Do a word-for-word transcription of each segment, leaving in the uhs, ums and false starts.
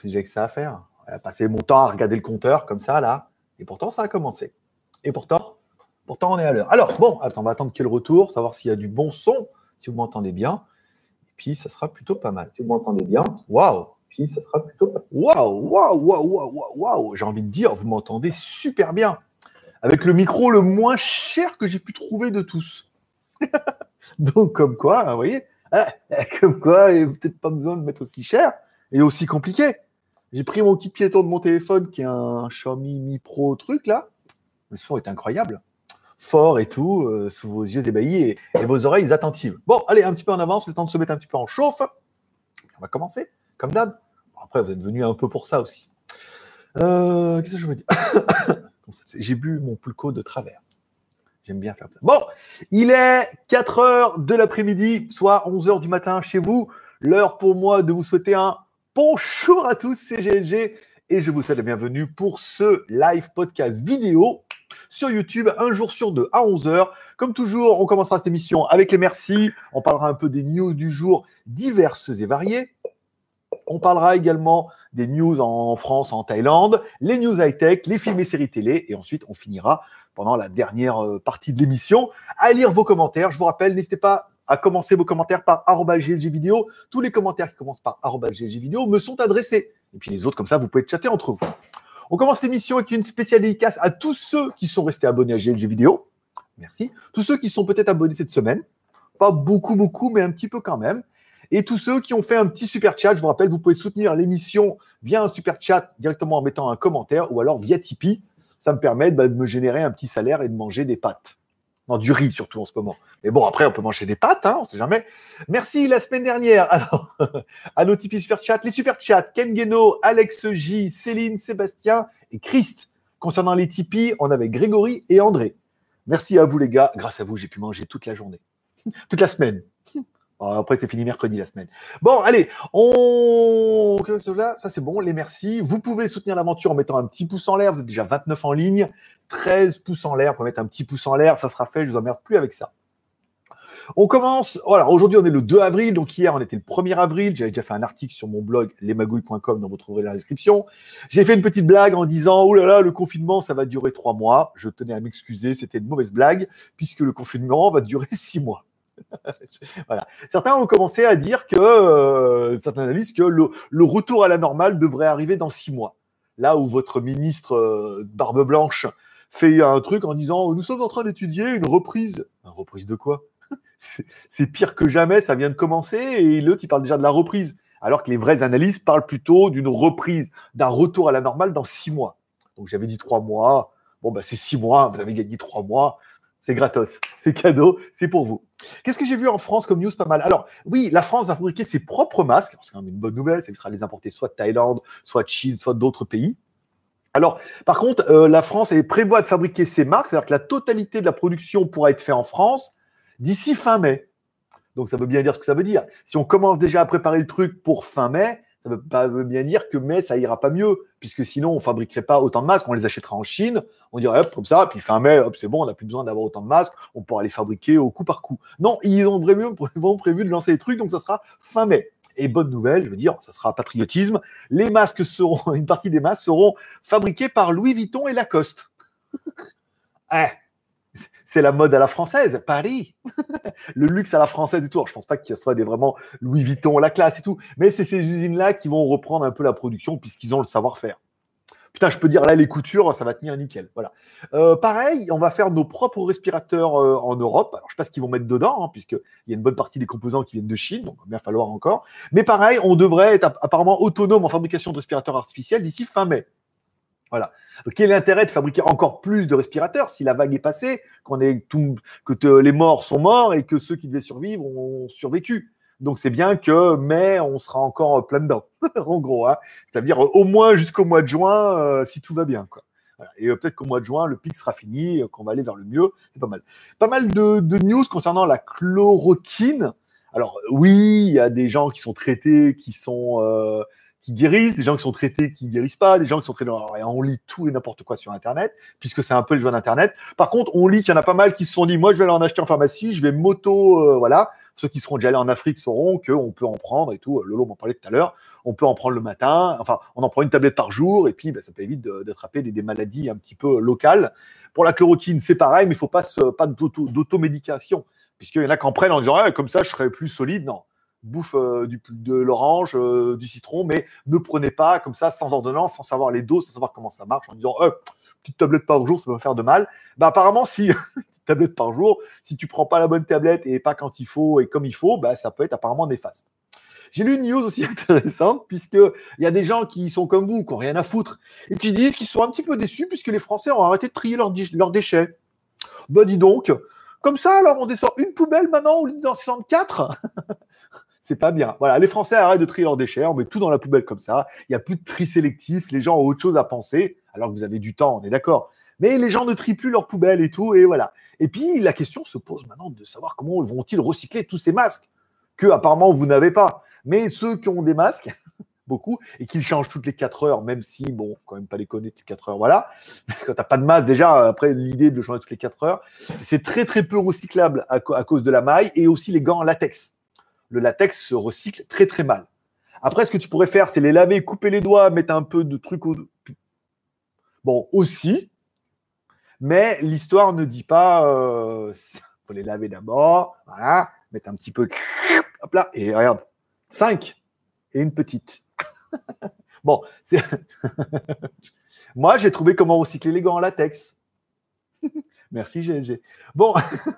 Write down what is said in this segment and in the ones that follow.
plus j'ai que ça à faire. À passer mon temps à regarder le compteur comme ça, là. Et pourtant, ça a commencé. Et pourtant, pourtant on est à l'heure. Alors, bon, attends, on va attendre qu'il y ait le retour, savoir s'il y a du bon son, si vous m'entendez bien. Et puis, ça sera plutôt pas mal. Si vous m'entendez bien, waouh! Puis, ça sera plutôt pas mal. Waouh, waouh, waouh, waouh, waouh, waouh! J'ai envie de dire, vous m'entendez super bien. Avec le micro le moins cher que j'ai pu trouver de tous. Donc, comme quoi, vous voyez, comme quoi, il n'y a peut-être pas besoin de mettre aussi cher et aussi compliqué. J'ai pris mon kit piéton de mon téléphone qui est un Xiaomi Mi Pro truc là. Le son est incroyable. Fort et tout, euh, sous vos yeux ébahis et, et vos oreilles attentives. Bon, allez, un petit peu en avance, le temps de se mettre un petit peu en chauffe. On va commencer, comme d'hab. Après, vous êtes venus un peu pour ça aussi. Euh, qu'est-ce que je veux dire? J'ai bu mon pulco de travers. J'aime bien faire ça. Bon, il est quatre heures de l'après-midi, soit onze heures du matin chez vous. L'heure pour moi de vous souhaiter un bonjour à tous, c'est G L G et je vous souhaite la bienvenue pour ce live podcast vidéo sur YouTube, un jour sur deux à onze heures. Comme toujours, on commencera cette émission avec les merci. On parlera un peu des news du jour diverses et variées. On parlera également des news en France, en Thaïlande, les news high-tech, les films et séries télé. Et ensuite, on finira pendant la dernière partie de l'émission à lire vos commentaires. Je vous rappelle, n'hésitez pas à commencer vos commentaires par arobase G L G vidéo. Tous les commentaires qui commencent par arobase G L G vidéo me sont adressés. Et puis les autres, comme ça, vous pouvez chatter entre vous. On commence cette émission avec une spéciale dédicace à tous ceux qui sont restés abonnés à G L G vidéo. Merci. Tous ceux qui sont peut-être abonnés cette semaine. Pas beaucoup, beaucoup, mais un petit peu quand même. Et tous ceux qui ont fait un petit super chat. Je vous rappelle, vous pouvez soutenir l'émission via un super chat directement en mettant un commentaire ou alors via Tipeee. Ça me permet bah, de me générer un petit salaire et de manger des pâtes. Non, du riz surtout en ce moment. Mais bon, après, on peut manger des pâtes, hein, on ne sait jamais. Merci la semaine dernière. Alors, à nos Tipeee Super Chat, les Super Chats, Ken Guéno, Alex J, Céline, Sébastien et Christ. Concernant les Tipeee, on avait Grégory et André. Merci à vous les gars. Grâce à vous, j'ai pu manger toute la journée. Toute la semaine. Après, c'est fini mercredi la semaine. Bon, allez, on... ça c'est bon, les merci. Vous pouvez soutenir l'aventure en mettant un petit pouce en l'air. Vous êtes déjà vingt-neuf en ligne. treize pouces en l'air. Vous pouvez mettre un petit pouce en l'air. Ça sera fait, je ne vous emmerde plus avec ça. On commence. Voilà, aujourd'hui, on est le deux avril. Donc, hier, on était le premier avril. J'avais déjà fait un article sur mon blog lesmagouilles point com dont vous trouverez la description. J'ai fait une petite blague en disant « Oh là là, le confinement, ça va durer trois mois. » Je tenais à m'excuser. C'était une mauvaise blague puisque le confinement va durer six mois. Voilà. Certains ont commencé à dire que, euh, certains analystes, que le, le retour à la normale devrait arriver dans six mois. Là où votre ministre euh, Barbe Blanche fait un truc en disant « Nous sommes en train d'étudier une reprise. » Une reprise de quoi? c'est, c'est pire que jamais, ça vient de commencer et l'autre, il parle déjà de la reprise. Alors que les vrais analystes parlent plutôt d'une reprise, d'un retour à la normale dans six mois. Donc j'avais dit trois mois. Bon, bah, c'est six mois, vous avez gagné trois mois. C'est gratos, c'est cadeau, c'est pour vous. Qu'est-ce que j'ai vu en France comme news pas mal? Alors, oui, la France va fabriquer ses propres masques. C'est quand même une bonne nouvelle, c'est qu'elle sera les importer soit de Thaïlande, soit de Chine, soit d'autres pays. Alors, par contre, euh, la France elle prévoit de fabriquer ses marques, c'est-à-dire que la totalité de la production pourra être faite en France d'ici fin mai. Donc, ça veut bien dire ce que ça veut dire. Si on commence déjà à préparer le truc pour fin mai, ça veut pas veut bien dire que mai, ça ira pas mieux, puisque sinon, on fabriquerait pas autant de masques, on les achètera en Chine, on dirait hop, comme ça, puis fin mai, hop, c'est bon, on n'a plus besoin d'avoir autant de masques, on pourra les fabriquer au coup par coup. Non, ils ont vraiment prévu de lancer les trucs, donc ça sera fin mai. Et bonne nouvelle, je veux dire, ça sera patriotisme, les masques seront, une partie des masques seront fabriqués par Louis Vuitton et Lacoste. eh, c'est la mode à la française, Paris. Le luxe à la française et tout. Alors, je pense pas qu'il y soit des vraiment Louis Vuitton, la classe et tout. Mais c'est ces usines-là qui vont reprendre un peu la production puisqu'ils ont le savoir-faire. Putain, je peux dire, là, les coutures, ça va tenir nickel. Voilà. Euh, pareil, on va faire nos propres respirateurs euh, en Europe. Alors, je sais pas ce qu'ils vont mettre dedans, hein, puisqu'il y a une bonne partie des composants qui viennent de Chine, donc il va bien falloir encore. Mais pareil, on devrait être apparemment autonome en fabrication de respirateurs artificiels d'ici fin mai. Voilà. Donc, quel est l'intérêt de fabriquer encore plus de respirateurs si la vague est passée, qu'on est tout, que te, les morts sont morts et que ceux qui devaient survivre ont survécu? Donc, c'est bien que mai, on sera encore plein dedans, en gros. Hein. C'est-à-dire au moins jusqu'au mois de juin, euh, si tout va bien. Quoi. Voilà. Et euh, peut-être qu'au mois de juin, le pic sera fini, euh, qu'on va aller vers le mieux. C'est pas mal. Pas mal de, de news concernant la chloroquine. Alors, oui, il y a des gens qui sont traités, qui sont... Euh, qui guérissent, des gens qui sont traités qui guérissent pas, des gens qui sont traités... Alors, on lit tout et n'importe quoi sur Internet, puisque c'est un peu le jeu d'Internet. Par contre, on lit qu'il y en a pas mal qui se sont dit, moi, je vais aller en acheter en pharmacie, je vais moto... Euh, voilà. Ceux qui seront déjà allés en Afrique sauront qu'on peut en prendre et tout. Lolo m'en parlait tout à l'heure. On peut en prendre le matin. Enfin, on en prend une tablette par jour et puis bah, ça peut éviter de, d'attraper des, des maladies un petit peu locales. Pour la chloroquine, c'est pareil, mais il ne faut pas, se, pas d'auto, d'automédication. Puisqu'il y en a qui en prennent en disant ah, comme ça, je serai plus solide. Non. Bouffe euh, du, de l'orange, euh, du citron, mais ne prenez pas comme ça, sans ordonnance, sans savoir les doses, sans savoir comment ça marche, en disant euh, petite tablette par jour, ça va me faire de mal. Bah, apparemment, si, petite tablette par jour, si tu ne prends pas la bonne tablette et pas quand il faut et comme il faut, bah, ça peut être apparemment néfaste. J'ai lu une news aussi intéressante, puisqu'il y a des gens qui sont comme vous, qui n'ont rien à foutre, et qui disent qu'ils sont un petit peu déçus puisque les Français ont arrêté de trier leurs, leurs déchets. Bah, dis donc, comme ça, alors on descend une poubelle maintenant au lieu d'en soixante-quatre. C'est pas bien. Voilà, les Français arrêtent de trier leurs déchets, on met tout dans la poubelle comme ça. Il n'y a plus de tri sélectif, les gens ont autre chose à penser, alors que vous avez du temps, on est d'accord. Mais les gens ne trient plus leurs poubelles et tout, et voilà. Et puis, la question se pose maintenant de savoir comment vont-ils recycler tous ces masques que, apparemment, vous n'avez pas. Mais ceux qui ont des masques, beaucoup, et qu'ils changent toutes les quatre heures, même si, bon, faut quand même pas les connaître toutes les quatre heures, voilà. Quand t'as pas de masque, déjà, après, l'idée de le changer toutes les quatre heures, c'est très, très peu recyclable à, à cause de la maille et aussi les gants en latex. Le latex se recycle très très mal. Après, ce que tu pourrais faire, c'est les laver, couper les doigts, mettre un peu de trucs au... Bon, aussi, mais l'histoire ne dit pas... Euh... faut les laver d'abord, voilà, mettre un petit peu... Hop là, et regarde, cinq et une petite. Bon, c'est... Moi, j'ai trouvé comment recycler les gants en latex. Merci, G L G. Bon...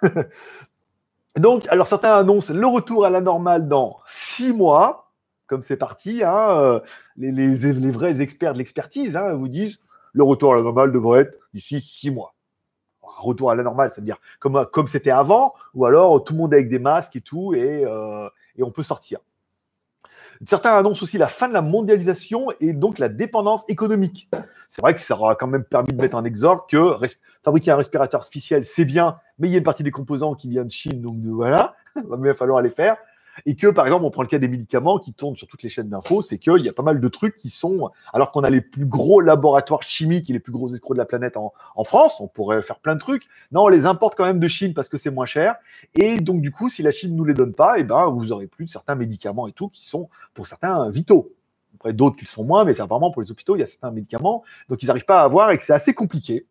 Donc, alors certains annoncent le retour à la normale dans six mois, comme c'est parti. Hein, euh, les, les, les vrais experts de l'expertise hein, vous disent le retour à la normale devrait être d'ici six mois. Alors, retour à la normale, c'est-à-dire comme, comme c'était avant, ou alors tout le monde avec des masques et tout, et, euh, et on peut sortir. Certains annoncent aussi la fin de la mondialisation et donc la dépendance économique. C'est vrai que ça aura quand même permis de mettre en exorgue que res- fabriquer un respirateur artificiel, c'est bien, mais il y a une partie des composants qui viennent de Chine, donc de, voilà, il va bien falloir les faire. Et que, par exemple, on prend le cas des médicaments qui tournent sur toutes les chaînes d'infos, c'est qu'il y a pas mal de trucs qui sont, alors qu'on a les plus gros laboratoires chimiques et les plus gros escrocs de la planète en, en France, on pourrait faire plein de trucs. Non, on les importe quand même de Chine parce que c'est moins cher. Et donc, du coup, si la Chine ne nous les donne pas, eh ben, vous aurez plus de certains médicaments et tout qui sont, pour certains, vitaux. Après, d'autres qui le sont moins, mais apparemment, pour les hôpitaux, il y a certains médicaments, donc ils n'arrivent pas à avoir et que c'est assez compliqué.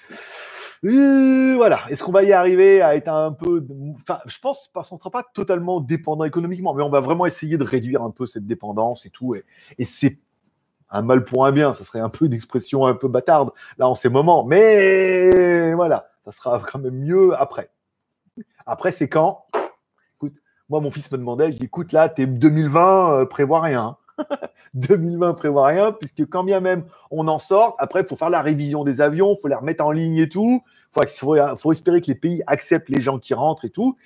Euh, voilà. Est-ce qu'on va y arriver à être un peu... Enfin, je pense qu'on ne sera pas totalement dépendant économiquement, mais on va vraiment essayer de réduire un peu cette dépendance et tout. Et, et c'est un mal pour un bien. Ça serait un peu une expression un peu bâtarde, là, en ces moments. Mais voilà, ça sera quand même mieux après. Après, c'est quand... Écoute, moi, mon fils me demandait, je dis, écoute, là, t'es deux mille vingt, euh, prévois rien. deux mille vingt prévoit rien, puisque quand bien même on en sort, après, il faut faire la révision des avions, il faut les remettre en ligne et tout. Il faut, faut, faut espérer que les pays acceptent les gens qui rentrent et tout.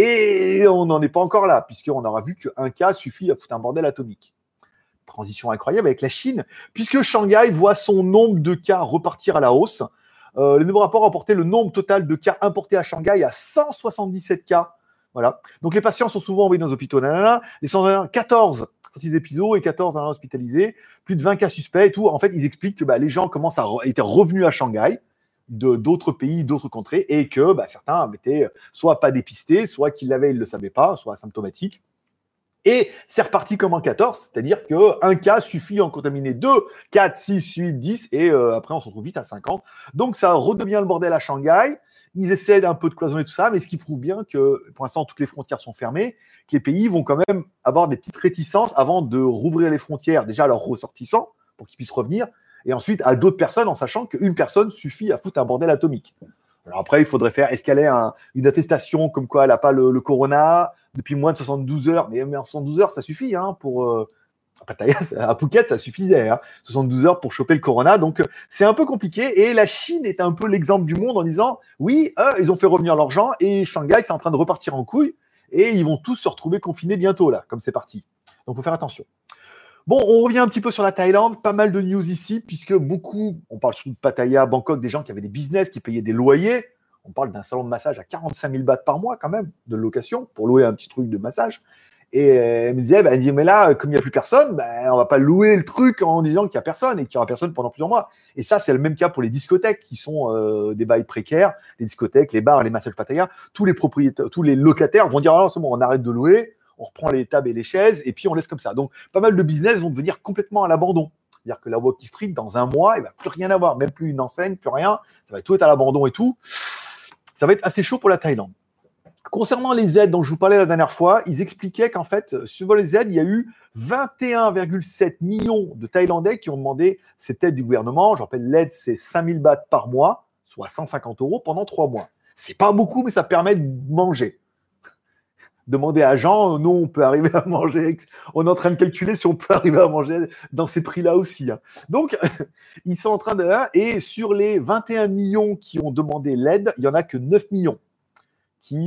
Et on n'en est pas encore là, puisqu'on aura vu qu'un cas suffit à foutre un bordel atomique. Transition incroyable avec la Chine, puisque Shanghai voit son nombre de cas repartir à la hausse. Euh, le nouveau rapport a porté le nombre total de cas importés à Shanghai à cent soixante-dix-sept cas. Voilà. Donc les patients sont souvent envoyés dans les hôpitaux. Nanana. Les cent quatorze petits épisodes et quatorze hospitalisés, plus de vingt cas suspects et tout. En fait, ils expliquent que bah, les gens commencent à re- étaient revenus à Shanghai de d'autres pays, d'autres contrées, et que bah, certains étaient soit pas dépistés, soit qu'ils l'avaient, ils ne le savaient pas, soit asymptomatiques. Et c'est reparti comme en quatorze, c'est-à-dire qu'un cas suffit à en contaminer deux, quatre, six, huit, dix, et euh, après on se retrouve vite à cinquante. Donc ça redevient le bordel à Shanghai. Ils essaient d'un peu de cloisonner tout ça, mais ce qui prouve bien que pour l'instant toutes les frontières sont fermées, que les pays vont quand même avoir des petites réticences avant de rouvrir les frontières, déjà à leurs ressortissants, pour qu'ils puissent revenir, et ensuite à d'autres personnes, en sachant qu'une personne suffit à foutre un bordel atomique. Alors après, il faudrait faire, est-ce qu'elle est un, une attestation comme quoi elle n'a pas le, le corona depuis moins de soixante-douze heures, mais, mais en soixante-douze heures, ça suffit hein, pour... Euh, à Pattaya, à Phuket, ça suffisait, hein, soixante-douze heures pour choper le corona, donc c'est un peu compliqué, et la Chine est un peu l'exemple du monde en disant, oui, eux, ils ont fait revenir leurs gens, et Shanghai, c'est en train de repartir en couille, et ils vont tous se retrouver confinés bientôt, là, comme c'est parti. Donc, il faut faire attention. Bon, on revient un petit peu sur la Thaïlande, pas mal de news ici, puisque beaucoup, on parle surtout de Pattaya, Bangkok, des gens qui avaient des business, qui payaient des loyers. On parle d'un salon de massage à quarante-cinq mille bahts par mois quand même, de location, pour louer un petit truc de massage. Et elle me disait, bah, elle dit, mais là, comme il n'y a plus personne, bah, on va pas louer le truc en disant qu'il n'y a personne et qu'il n'y aura personne pendant plusieurs mois. Et ça, c'est le même cas pour les discothèques qui sont euh, des bails précaires, les discothèques, les bars, les massages Pattaya. Tous les propriétaires, tous les locataires vont dire, ah non, c'est bon, on arrête de louer, on reprend les tables et les chaises et puis on laisse comme ça. Donc, pas mal de business vont devenir complètement à l'abandon. C'est-à-dire que la Walkie Street, dans un mois, il ne va plus rien avoir, même plus une enseigne, plus rien. Ça va tout être à l'abandon et tout. Ça va être assez chaud pour la Thaïlande. Concernant les aides dont je vous parlais la dernière fois, ils expliquaient qu'en fait, sur les aides, il y a eu vingt et un virgule sept millions de Thaïlandais qui ont demandé cette aide du gouvernement. Je rappelle, l'aide, c'est cinq mille bahts par mois, soit cent cinquante euros pendant trois mois. C'est pas beaucoup, mais ça permet de manger. Demandez à Jean, nous, on peut arriver à manger. On est en train de calculer si on peut arriver à manger dans ces prix-là aussi. Hein. Donc, ils sont en train de... Et sur les vingt et un millions qui ont demandé l'aide, il n'y en a que neuf millions qui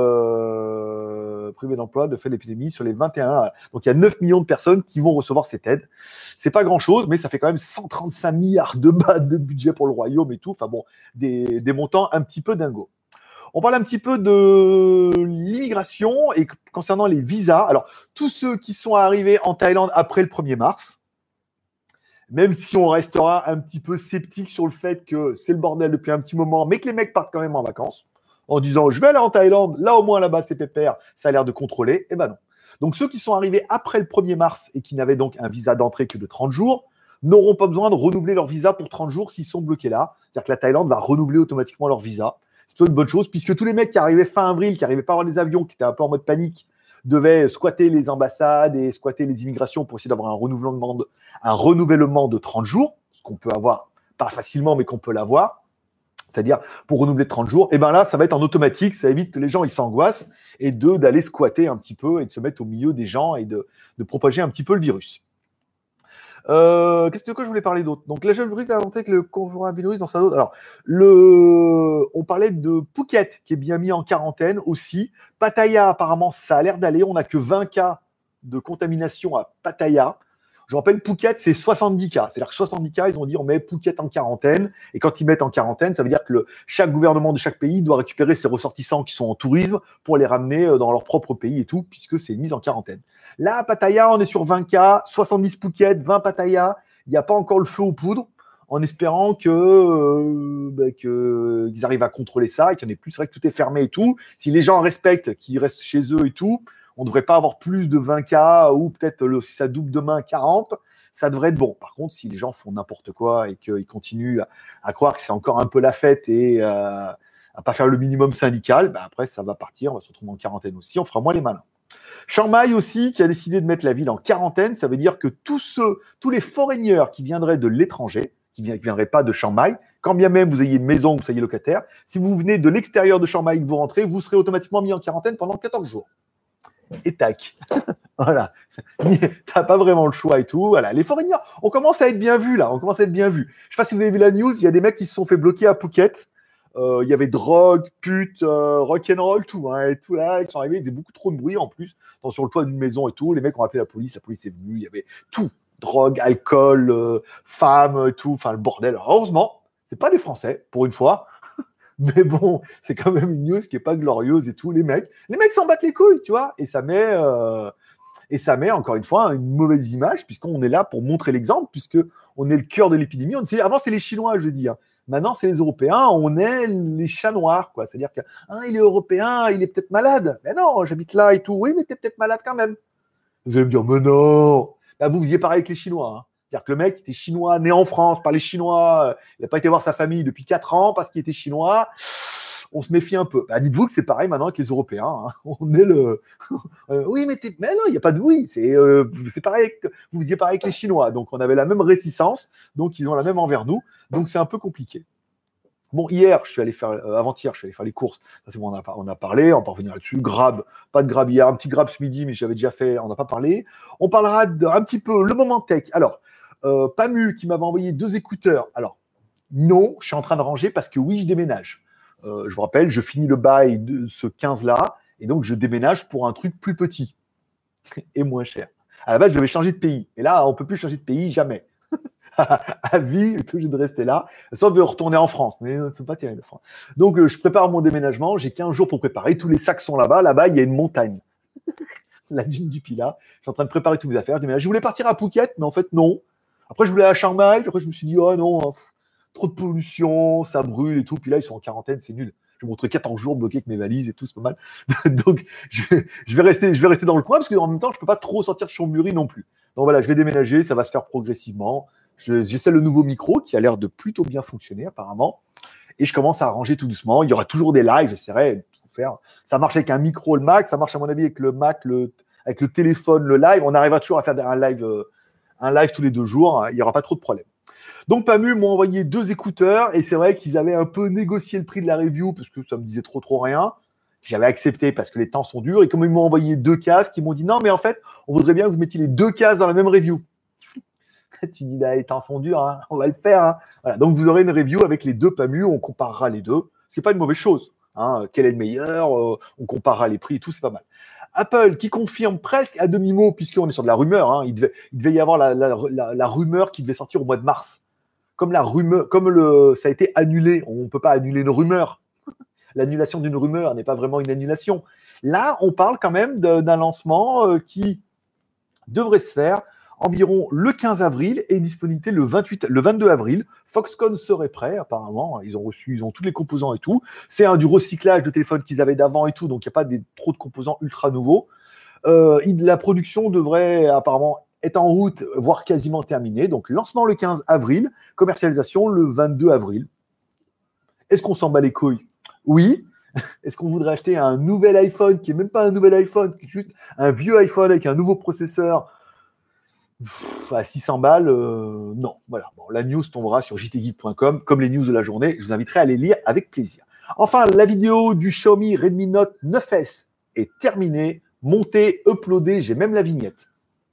euh, privés d'emploi de fait l'épidémie sur les vingt et un. Donc il y a neuf millions de personnes qui vont recevoir cette aide. C'est pas grand-chose, mais ça fait quand même cent trente-cinq milliards de bahts de budget pour le royaume et tout. Enfin bon, des, des montants un petit peu dingos. On parle un petit peu de l'immigration et concernant les visas. Alors, tous ceux qui sont arrivés en Thaïlande après le premier mars, même si on restera un petit peu sceptique sur le fait que c'est le bordel depuis un petit moment, mais que les mecs partent quand même en vacances, en disant « je vais aller en Thaïlande, là au moins là-bas c'est pépère, ça a l'air de contrôler », eh ben non. Donc ceux qui sont arrivés après le premier mars et qui n'avaient donc un visa d'entrée que de trente jours, n'auront pas besoin de renouveler leur visa pour trente jours s'ils sont bloqués là. C'est-à-dire que la Thaïlande va renouveler automatiquement leur visa. C'est plutôt une bonne chose, puisque tous les mecs qui arrivaient fin avril, qui n'arrivaient pas à avoir des avions, qui étaient un peu en mode panique, devaient squatter les ambassades et squatter les immigrations pour essayer d'avoir un renouvellement de, un renouvellement de trente jours, ce qu'on peut avoir, pas facilement, mais qu'on peut l'avoir. C'est-à-dire, pour renouveler de trente jours, et ben là, ça va être en automatique, ça évite que les gens ils s'angoissent et de, d'aller squatter un petit peu et de se mettre au milieu des gens et de, de propager un petit peu le virus. Euh, qu'est-ce que je voulais parler d'autre? Donc, la jeune rubrique a inventé que le coronavirus dans sa zone. Alors, le, on parlait de Phuket qui est bien mis en quarantaine aussi. Pattaya, apparemment, ça a l'air d'aller. On n'a que vingt cas de contamination à Pattaya. Je rappelle, Phuket, c'est soixante-dix cas. C'est-à-dire que soixante-dix cas, ils ont dit on met Phuket en quarantaine. Et quand ils mettent en quarantaine, ça veut dire que le, chaque gouvernement de chaque pays doit récupérer ses ressortissants qui sont en tourisme pour les ramener dans leur propre pays et tout, puisque c'est une mise en quarantaine. Là, à Pattaya, on est sur vingt cas, soixante-dix Phuket, vingt Pattaya. Il n'y a pas encore le feu aux poudres, en espérant que, euh, bah, que, qu'ils arrivent à contrôler ça et qu'il n'y en ait plus. C'est vrai que tout est fermé et tout. Si les gens respectent, qu'ils restent chez eux et tout, on ne devrait pas avoir plus de vingt cas ou peut-être le, si ça double demain quarante, ça devrait être bon. Par contre, si les gens font n'importe quoi et qu'ils continuent à, à croire que c'est encore un peu la fête et euh, à ne pas faire le minimum syndical, bah après, ça va partir. On va se retrouver en quarantaine aussi. On fera moins les malins. Chiang Mai aussi, qui a décidé de mettre la ville en quarantaine, ça veut dire que tous ceux, tous les foreigners qui viendraient de l'étranger, qui ne viendraient pas de Chiang Mai, quand bien même vous ayez une maison, vous soyez locataire, si vous venez de l'extérieur de Chiang Mai et que vous rentrez, vous serez automatiquement mis en quarantaine pendant quatorze jours. Et tac. Voilà. T'as pas vraiment le choix et tout. Voilà. Les foreigners, on commence à être bien vus là. On commence à être bien vus. Je sais pas si vous avez vu la news, il y a des mecs qui se sont fait bloquer à Phuket. Euh, il y avait drogue, pute, euh, rock'n'roll, tout, hein, et tout là. Ils sont arrivés, il y avait beaucoup trop de bruit en plus. Dans, sur le toit d'une maison et tout. Les mecs ont appelé la police. La police est venue. Il y avait tout. Drogue, alcool, euh, femmes, tout. Enfin, le bordel. Alors, heureusement, c'est pas des Français, pour une fois. Mais bon, c'est quand même une news qui est pas glorieuse et tout. Les mecs, les mecs s'en battent les couilles, tu vois. Et ça met, euh, et ça met encore une fois une mauvaise image puisqu'on est là pour montrer l'exemple, puisque on est le cœur de l'épidémie. On sait, avant c'est les Chinois, je veux dire. Maintenant c'est les Européens. On est les chats noirs, quoi. C'est-à-dire que hein, il est européen, il est peut-être malade. Mais non, j'habite là et tout. Oui, mais t'es peut-être malade quand même. Vous allez me dire, mais non. Là, vous faisiez pareil avec les Chinois. Hein. C'est-à-dire que le mec était chinois, né en France, par les Chinois, il n'a pas été voir sa famille depuis quatre ans parce qu'il était chinois. On se méfie un peu. Bah, dites-vous que c'est pareil maintenant avec les Européens. Hein. On est le. euh, oui, mais, mais non, il n'y a pas de oui. C'est, euh, c'est pareil. Avec... Vous faisiez pareil avec les Chinois. Donc, on avait la même réticence. Donc, ils ont la même envers nous. Donc, c'est un peu compliqué. Bon, hier, je suis allé faire, euh, avant-hier, je suis allé faire les courses. Ça, c'est bon, on a, on a parlé, on va revenir là-dessus. Grab, pas de grab hier, un petit grab ce midi, mais j'avais déjà fait, on n'a pas parlé. On parlera d'un petit peu le moment tech. Alors, euh, Pamu qui m'avait envoyé deux écouteurs. Alors, non, je suis en train de ranger parce que oui, je déménage. Euh, je vous rappelle, je finis le bail de ce quinze-là et donc je déménage pour un truc plus petit et moins cher. À la base, je devais changer de pays. Et là, on ne peut plus changer de pays, jamais. À vie, obligé de rester là, sauf de retourner en France. Mais euh, c'est pas terrible. Donc, euh, je prépare mon déménagement. J'ai quinze jours pour préparer. Tous les sacs sont là-bas. Là-bas, il y a une montagne. la dune du Pilat. Je suis en train de préparer toutes mes affaires. Je, dis, je voulais partir à Phuket, mais en fait, non. Après, je voulais aller à Chiang Mai. Après, je me suis dit, oh non, pff, trop de pollution, ça brûle et tout. Puis là, ils sont en quarantaine, c'est nul. Je vais montrer quatorze jours bloqués avec mes valises et tout, c'est pas mal. Donc, je, je, vais rester, je vais rester dans le coin parce qu'en même temps, je ne peux pas trop sortir de Chambéry non plus. Donc voilà, je vais déménager, ça va se faire progressivement. Je, j'essaie le nouveau micro qui a l'air de plutôt bien fonctionner apparemment. Et je commence à arranger tout doucement. Il y aura toujours des lives, j'essaierai de tout faire. Ça marche avec un micro, le Mac. Ça marche à mon avis avec le Mac, le, avec le téléphone, le live. On arrivera toujours à faire un live, euh, un live tous les deux jours. Il n'y aura pas trop de problèmes. Donc Pamu m'ont envoyé deux écouteurs et c'est vrai qu'ils avaient un peu négocié le prix de la review parce que ça me disait trop trop rien. J'avais accepté parce que les temps sont durs et comme ils m'ont envoyé deux casques, ils m'ont dit non mais en fait on voudrait bien que vous mettiez les deux casques dans la même review. Tu dis bah les temps sont durs, hein, on va le faire. Hein. Voilà, donc vous aurez une review avec les deux Pamu, on comparera les deux. Ce n'est pas une mauvaise chose. Hein. Quel est le meilleur euh, on comparera les prix et tout, c'est pas mal. Apple qui confirme presque à demi-mot puisqu'on est sur de la rumeur. Hein, il, devait, il devait y avoir la, la, la, la rumeur qui devait sortir au mois de mars. Comme la rumeur, comme le, ça a été annulé, on ne peut pas annuler une rumeur. L'annulation d'une rumeur n'est pas vraiment une annulation. Là, on parle quand même de, d'un lancement euh, qui devrait se faire environ le quinze avril et disponibilité le, vingt-huit, le vingt-deux avril. Foxconn serait prêt, apparemment. Ils ont reçu, ils ont tous les composants et tout. C'est un, du recyclage de téléphones qu'ils avaient d'avant et tout, donc il n'y a pas des, trop de composants ultra nouveaux. Euh, il, la production devrait apparemment est en route, voire quasiment terminé. Donc, lancement le quinze avril, commercialisation le vingt-deux avril. Est-ce qu'on s'en bat les couilles? Oui. Est-ce qu'on voudrait acheter un nouvel iPhone, qui n'est même pas un nouvel iPhone, qui est juste un vieux iPhone avec un nouveau processeur pff, à six cents balles? euh, Non. Voilà. Bon, la news tombera sur j t geek point com, comme les news de la journée. Je vous inviterai à les lire avec plaisir. Enfin, la vidéo du Xiaomi Redmi Note neuf S est terminée, montée, uploadée. J'ai même la vignette.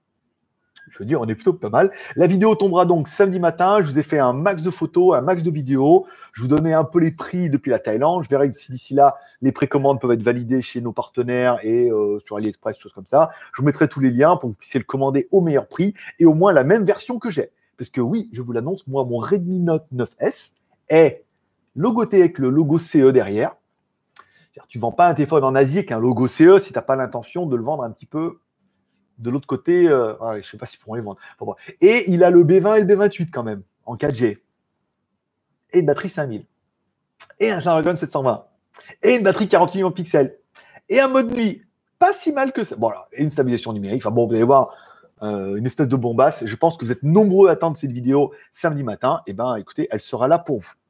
Je veux dire, on est plutôt pas mal. La vidéo tombera donc samedi matin. Je vous ai fait un max de photos, un max de vidéos. Je vous donnais un peu les prix depuis la Thaïlande. Je verrai si d'ici là, les précommandes peuvent être validées chez nos partenaires et euh, sur AliExpress, choses comme ça. Je vous mettrai tous les liens pour que vous puissiez le commander au meilleur prix et au moins la même version que j'ai. Parce que oui, je vous l'annonce, moi, mon Redmi Note neuf S est logoté avec le logo C E derrière. C'est-à-dire, tu ne vends pas un téléphone en Asie avec un logo C E si tu n'as pas l'intention de le vendre un petit peu de l'autre côté, euh, ouais, je ne sais pas s'ils pourront les vendre. Enfin, bon. Et il a le B vingt et le B vingt-huit quand même, en quatre G. Et une batterie cinq mille. Et un Snapdragon sept cent vingt. Et une batterie quarante millions de pixels. Et un mode nuit. Pas si mal que ça. Bon, là, et une stabilisation numérique. Enfin bon, vous allez voir, euh, une espèce de bombasse. Je pense que vous êtes nombreux à attendre cette vidéo samedi matin. Et bien, écoutez, elle sera là pour vous.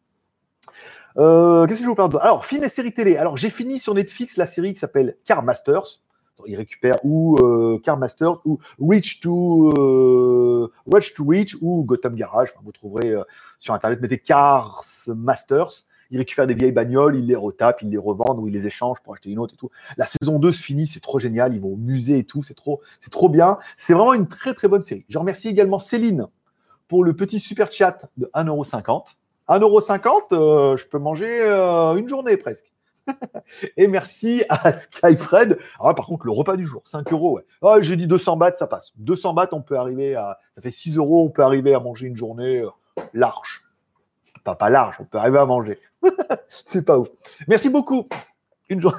Euh, qu'est-ce que je vous parle de... Alors, film et série télé. Alors, j'ai fini sur Netflix la série qui s'appelle Car Masters. Il récupère ou euh, Car Masters ou Reach to euh, Reach to Reach ou Gotham Garage. Enfin, vous trouverez euh, sur internet, mettez Car Masters. Il récupère des vieilles bagnoles, il les retape, il les revend ou il les échange pour acheter une autre et tout. La saison deux se finit, c'est trop génial. Ils vont au musée et tout, c'est trop, c'est trop bien. C'est vraiment une très très bonne série. Je remercie également Céline pour le petit super chat de un euro cinquante. un euro cinquante, euh, je peux manger euh, une journée presque. Et merci à Skyfred. Alors, par contre, le repas du jour, cinq euros. Ouais. Oh, j'ai dit deux cents bahts, ça passe. deux cents bahts, on peut arriver à. Ça fait six euros, on peut arriver à manger une journée euh, large. Pas, pas large, on peut arriver à manger. C'est pas ouf. Merci beaucoup. Une journée.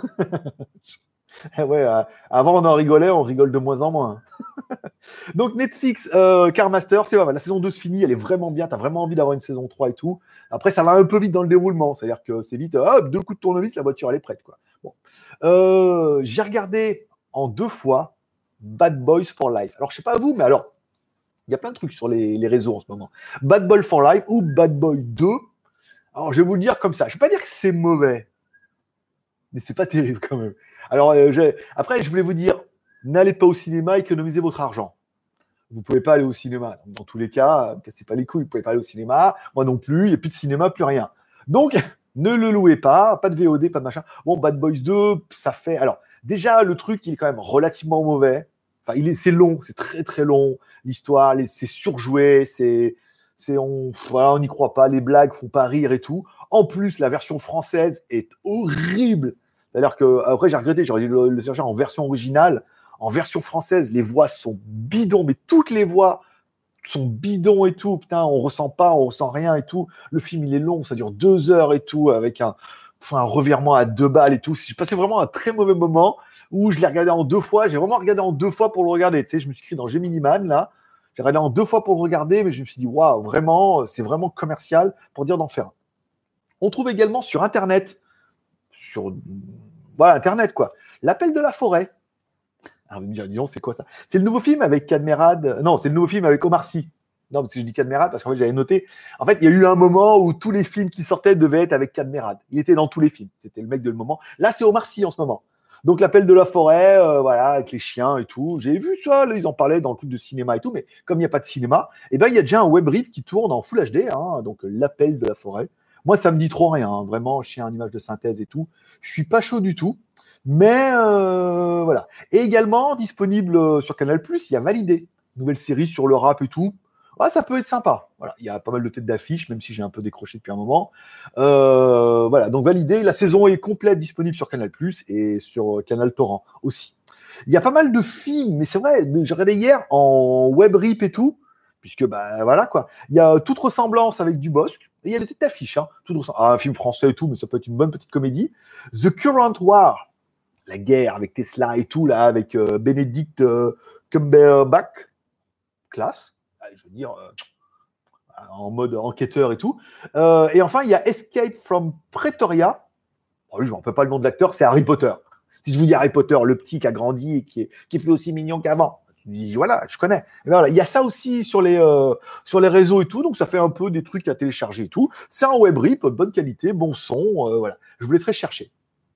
Ouais, euh, avant, on en rigolait, on rigole de moins en moins. Donc, Netflix, euh, Car Master, c'est pas mal. La saison deux se finit, elle est vraiment bien. Tu as vraiment envie d'avoir une saison trois et tout. Après, ça va un peu vite dans le déroulement. C'est-à-dire que c'est vite, hop, deux coups de tournevis, la voiture, elle est prête. Quoi. Bon. Euh, j'ai regardé en deux fois Bad Boys for Life. Alors, je sais pas vous, mais alors, il y a plein de trucs sur les, les réseaux en ce moment. Bad Boy for Life ou Bad Boy deux. Alors, je vais vous le dire comme ça. Je ne vais pas dire que c'est mauvais, mais c'est pas terrible quand même. Alors, euh, j'ai... après, je voulais vous dire, n'allez pas au cinéma, économisez votre argent. Vous ne pouvez pas aller au cinéma. Dans tous les cas, cassez pas les couilles, vous ne pouvez pas aller au cinéma. Moi non plus, il n'y a plus de cinéma, plus rien. Donc, ne le louez pas, pas de V O D, pas de machin. Bon, Bad Boys deux, ça fait... Alors, déjà, le truc, il est quand même relativement mauvais. Enfin, il est... c'est long, c'est très très long. L'histoire, les... c'est surjoué, c'est... c'est on voilà, on n'y croit pas, les blagues font pas rire et tout. En plus, la version française est horrible. C'est-à-dire que après j'ai regretté, j'aurais dû le, le chercher en version originale, en version française, les voix sont bidons, mais toutes les voix sont bidons et tout. Putain, on ressent pas, on ressent rien et tout. Le film il est long, ça dure deux heures et tout, avec un, enfin, un revirement à deux balles et tout. J'ai passé vraiment un très mauvais moment. où je l'ai regardé en deux fois. J'ai vraiment regardé en deux fois pour le regarder. Tu sais, je me suis inscrit dans Gemini Man, là. J'ai regardé en deux fois pour le regarder, mais je me suis dit, waouh, vraiment, c'est vraiment commercial pour dire d'en faire un. On trouve également sur Internet, sur voilà, Internet, quoi, L'Appel de la forêt. Alors, vous me dire, disons, c'est quoi ça? C'est le nouveau film avec Cadmerade. Non, c'est le nouveau film avec Omar Sy. Non, parce que je dis Cadmerade parce qu'en fait, j'avais noté. En fait, il y a eu un moment où tous les films qui sortaient devaient être avec Cadmerade. Il était dans tous les films. C'était le mec de le moment. Là, c'est Omar Sy en ce moment. Donc, L'Appel de la forêt, euh, voilà, avec les chiens et tout. J'ai vu ça, là, ils en parlaient dans le truc de cinéma et tout. Mais comme il n'y a pas de cinéma, eh ben, il y a déjà un web rip qui tourne en Full H D. Hein, donc, L'Appel de la forêt. Moi, ça me dit trop rien. Hein, vraiment, chien en image de synthèse et tout. Je suis pas chaud du tout. Mais euh, voilà. Et également disponible sur Canal plus, il y a Validé, nouvelle série sur le rap et tout. Ouais, ça peut être sympa. Voilà, il y a pas mal de têtes d'affiche, même si j'ai un peu décroché depuis un moment. Euh, voilà, donc Validé. La saison est complète, disponible sur Canal plus et sur Canal Torrent aussi. Il y a pas mal de films, mais c'est vrai, j'ai regardé hier en web rip et tout, puisque bah voilà quoi. Il y a toute ressemblance avec Dubosc. Et il y a des têtes d'affiche, hein, tout ah, un film français et tout, mais ça peut être une bonne petite comédie. The Current War. La guerre avec Tesla et tout, là, avec euh, Benedict euh, Cumberbatch, classe, je veux dire, euh, en mode enquêteur et tout. Euh, et enfin, il y a Escape from Pretoria. Oh, oui, je ne me rappelle pas le nom de l'acteur, c'est Harry Potter. Si je vous dis Harry Potter, le petit qui a grandi et qui est, qui est plus aussi mignon qu'avant, tu me dis, voilà, je connais. Et voilà, il y a ça aussi sur les, euh, sur les réseaux et tout, donc ça fait un peu des trucs à télécharger et tout. C'est un web rip, bonne qualité, bon son, euh, voilà. Je vous laisserai chercher.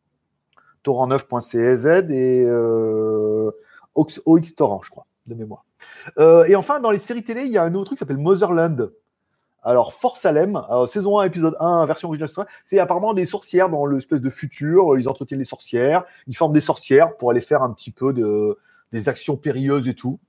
torrent neuf point c z et euh, O X Torrent, je crois, de mémoire. Euh, et enfin, dans les séries télé, il y a un nouveau truc qui s'appelle Motherland. Alors, Fort Salem, alors, saison un, épisode un, version originale, c'est apparemment des sorcières dans l'espèce de futur. Ils entretiennent les sorcières, ils forment des sorcières pour aller faire un petit peu de, des actions périlleuses et tout.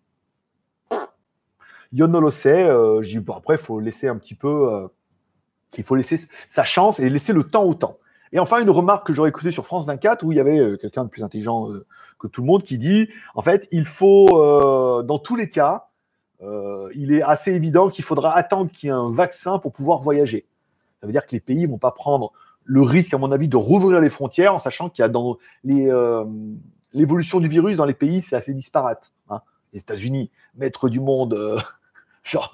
Yo no lo sait, euh, j'ai dit, bon, après, il faut laisser un petit peu, euh, il faut laisser sa chance et laisser le temps au temps. Et enfin, une remarque que j'aurais écoutée sur France vingt-quatre, où il y avait euh, quelqu'un de plus intelligent euh, que tout le monde qui dit, en fait, il faut, euh, dans tous les cas, euh, il est assez évident qu'il faudra attendre qu'il y ait un vaccin pour pouvoir voyager. Ça veut dire que les pays ne vont pas prendre le risque, à mon avis, de rouvrir les frontières, en sachant qu'il y a dans les, euh, l'évolution du virus dans les pays, c'est assez disparate. Hein. Les États-Unis, maître du monde, euh, genre...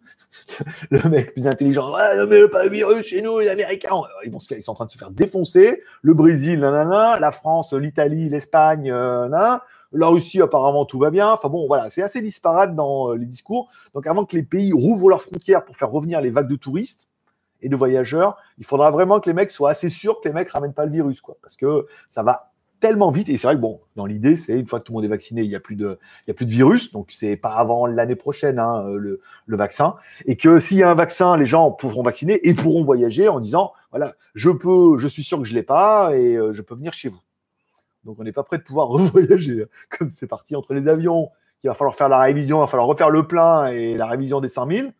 le mec plus intelligent, ouais, non, mais pas le virus chez nous, les Américains, ils, vont se faire, ils sont en train de se faire défoncer. Le Brésil, nanana, la France, l'Italie, l'Espagne, euh, nanana. La Russie, apparemment, tout va bien. Enfin bon, voilà, c'est assez disparate dans euh, les discours. Donc, avant que les pays rouvrent leurs frontières pour faire revenir les vagues de touristes et de voyageurs, il faudra vraiment que les mecs soient assez sûrs que les mecs ramènent pas le virus, quoi, parce que ça va tellement vite. Et c'est vrai que bon, dans l'idée, c'est une fois que tout le monde est vacciné, il n'y a plus de, il y a plus de virus. Donc c'est pas avant l'année prochaine hein, le, le vaccin. Et que s'il y a un vaccin, les gens pourront vacciner et pourront voyager en disant voilà, je peux, je suis sûr que je l'ai pas et euh, je peux venir chez vous. Donc on n'est pas prêt de pouvoir revoyager. Comme c'est parti entre les avions, qu'il va falloir faire la révision, il va falloir refaire le plein et la révision des cinq mille.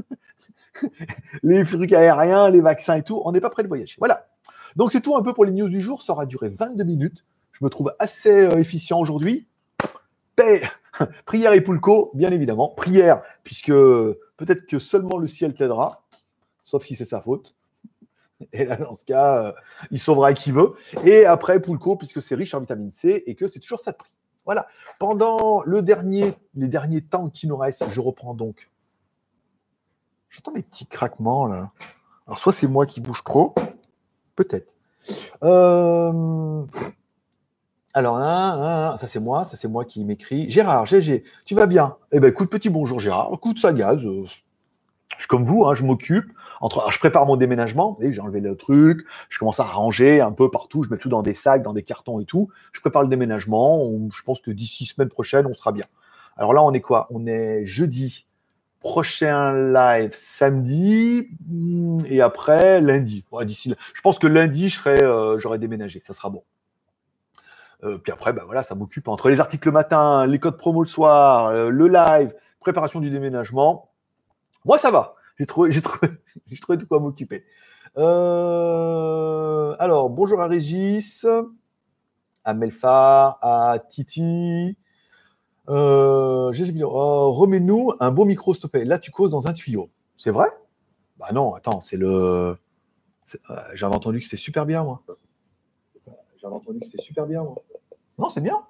Les trucs aériens, les vaccins et tout, on n'est pas prêt de voyager. Voilà. Donc c'est tout un peu pour les news du jour. Ça aura duré vingt-deux minutes. Je me trouve assez euh, efficient aujourd'hui. Paix, prière et Poulco, bien évidemment. Prière, puisque peut-être que seulement le ciel t'aidera, sauf si c'est sa faute. Et là, dans ce cas, euh, il sauvera qui veut. Et après, Poulco, puisque c'est riche en vitamine C et que c'est toujours ça de prix. Voilà. Pendant le dernier, les derniers temps qui nous restent, je reprends donc. J'entends mes petits craquements, là. Alors, soit c'est moi qui bouge trop, peut-être. Euh... Alors, hein, hein, ça c'est moi, ça c'est moi qui m'écris. Gérard, G G, tu vas bien? Eh ben, écoute, petit bonjour Gérard, écoute, ça gaz. Euh, je suis comme vous, hein, je m'occupe. Entre, alors, je prépare mon déménagement, j'ai enlevé le truc, je commence à ranger un peu partout, je mets tout dans des sacs, dans des cartons et tout. Je prépare le déménagement, on, je pense que d'ici semaine prochaine, on sera bien. Alors là, on est quoi? On est jeudi. Prochain live samedi et après lundi. Ouais, d'ici là. Je pense que lundi, je serai, euh, j'aurai déménagé, ça sera bon. Euh, puis après, bah voilà, ça m'occupe entre les articles le matin, les codes promo le soir, euh, le live, préparation du déménagement. Moi, ça va. J'ai trouvé, j'ai trouvé, j'ai trouvé de quoi m'occuper. Euh, alors, bonjour à Régis, à Melfa, à Titi. Euh, oh, remets-nous un beau micro, s'il te plaît. Là, tu causes dans un tuyau. C'est vrai? Bah non, attends, c'est le. C'est... Euh, j'avais entendu que c'était super bien, moi. J'avais entendu que c'était super bien, moi. Non, c'est bien.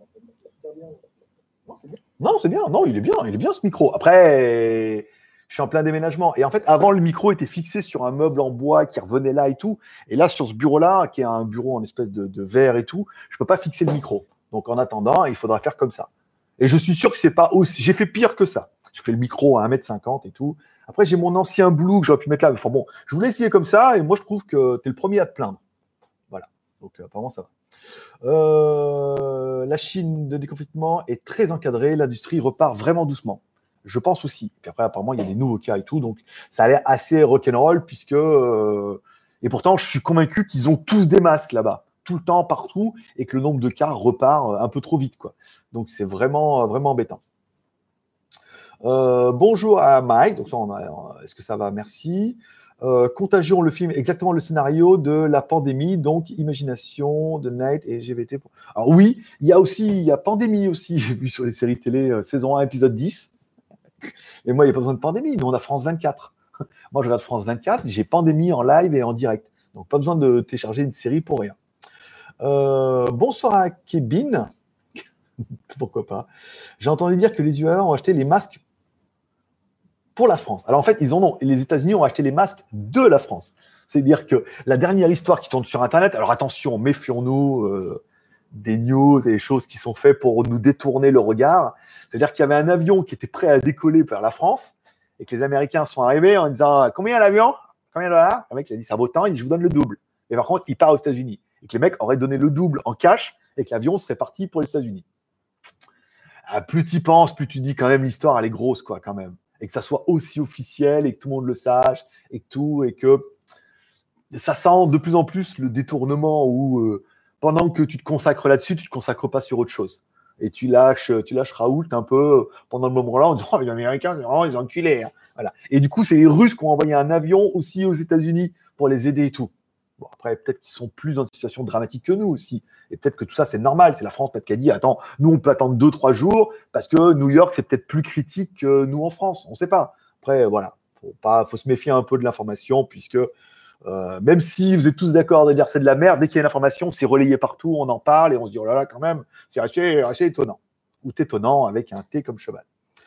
Non, c'est bien. Non, c'est bien. Non, il est bien. Il est bien ce micro. Après, je suis en plein déménagement. Et en fait, avant, le micro était fixé sur un meuble en bois qui revenait là et tout. Et là, sur ce bureau-là, qui est un bureau en espèce de, de verre et tout, je peux pas fixer le micro. Donc, en attendant, il faudra faire comme ça. Et je suis sûr que c'est pas aussi. J'ai fait pire que ça. Je fais le micro à un mètre cinquante et tout. Après, j'ai mon ancien Blue que j'aurais pu mettre là. Enfin bon, je voulais essayer comme ça. Et moi, je trouve que tu es le premier à te plaindre. Voilà. Donc, euh, apparemment, ça va. Euh, la Chine de déconfinement est très encadrée. L'industrie repart vraiment doucement. Je pense aussi. Puis après, apparemment, il y a des nouveaux cas et tout. Donc, ça a l'air assez rock'n'roll puisque. Euh, et pourtant, je suis convaincu qu'ils ont tous des masques là-bas, tout le temps, partout, et que le nombre de cas repart un peu trop vite, quoi. Donc, c'est vraiment, vraiment embêtant. Euh, bonjour à Mike. Donc, ça, on a, est-ce que ça va? Merci. Euh, Contagion, le film, exactement le scénario de la pandémie, donc Imagination de Night et G V T. Alors oui, il y a aussi, il y a Pandémie aussi, j'ai vu sur les séries télé, euh, saison un, épisode dix. Et moi, il n'y a pas besoin de Pandémie, nous on a France vingt-quatre. Moi, je regarde France vingt-quatre, j'ai Pandémie en live et en direct. Donc, pas besoin de télécharger une série pour rien. Euh, bonsoir à Kevin. Pourquoi pas. J'ai entendu dire que les U A ont acheté les masques pour la France. Alors en fait, ils en ont. Les États-Unis ont acheté les masques de la France. C'est-à-dire que la dernière histoire qui tourne sur Internet, alors attention, méfions-nous euh, des news et des choses qui sont faites pour nous détourner le regard. C'est-à-dire qu'il y avait un avion qui était prêt à décoller vers la France et que les Américains sont arrivés en disant « Combien l'avion ? Combien de dollars ?» Le mec il a dit « Ça vaut tant », il dit « Je vous donne le double ». Et par contre, il part aux États-Unis. Et que les mecs auraient donné le double en cash et que l'avion serait parti pour les États-Unis. Ah, plus tu y penses, plus tu dis quand même l'histoire, elle est grosse, quoi, quand même. Et que ça soit aussi officiel et que tout le monde le sache et que tout, et que ça sent de plus en plus le détournement où euh, pendant que tu te consacres là-dessus, tu ne te consacres pas sur autre chose. Et tu lâches, tu lâches Raoult un peu pendant le moment-là en disant oh, les Américains, c'est vraiment les enculés. Hein. Voilà. Et du coup, c'est les Russes qui ont envoyé un avion aussi aux États-Unis pour les aider et tout. Bon, après, peut-être qu'ils sont plus dans une situation dramatique que nous aussi. Et peut-être que tout ça, c'est normal. C'est la France peut-être qui a dit attends, nous, on peut attendre deux, trois jours parce que New York, c'est peut-être plus critique que nous en France. On ne sait pas. Après, voilà. Faut pas, faut se méfier un peu de l'information puisque euh, même si vous êtes tous d'accord de dire c'est de la merde, dès qu'il y a une information, c'est relayé partout, on en parle et on se dit oh là là, quand même, c'est assez, assez étonnant. Ou étonnant avec un T comme cheval.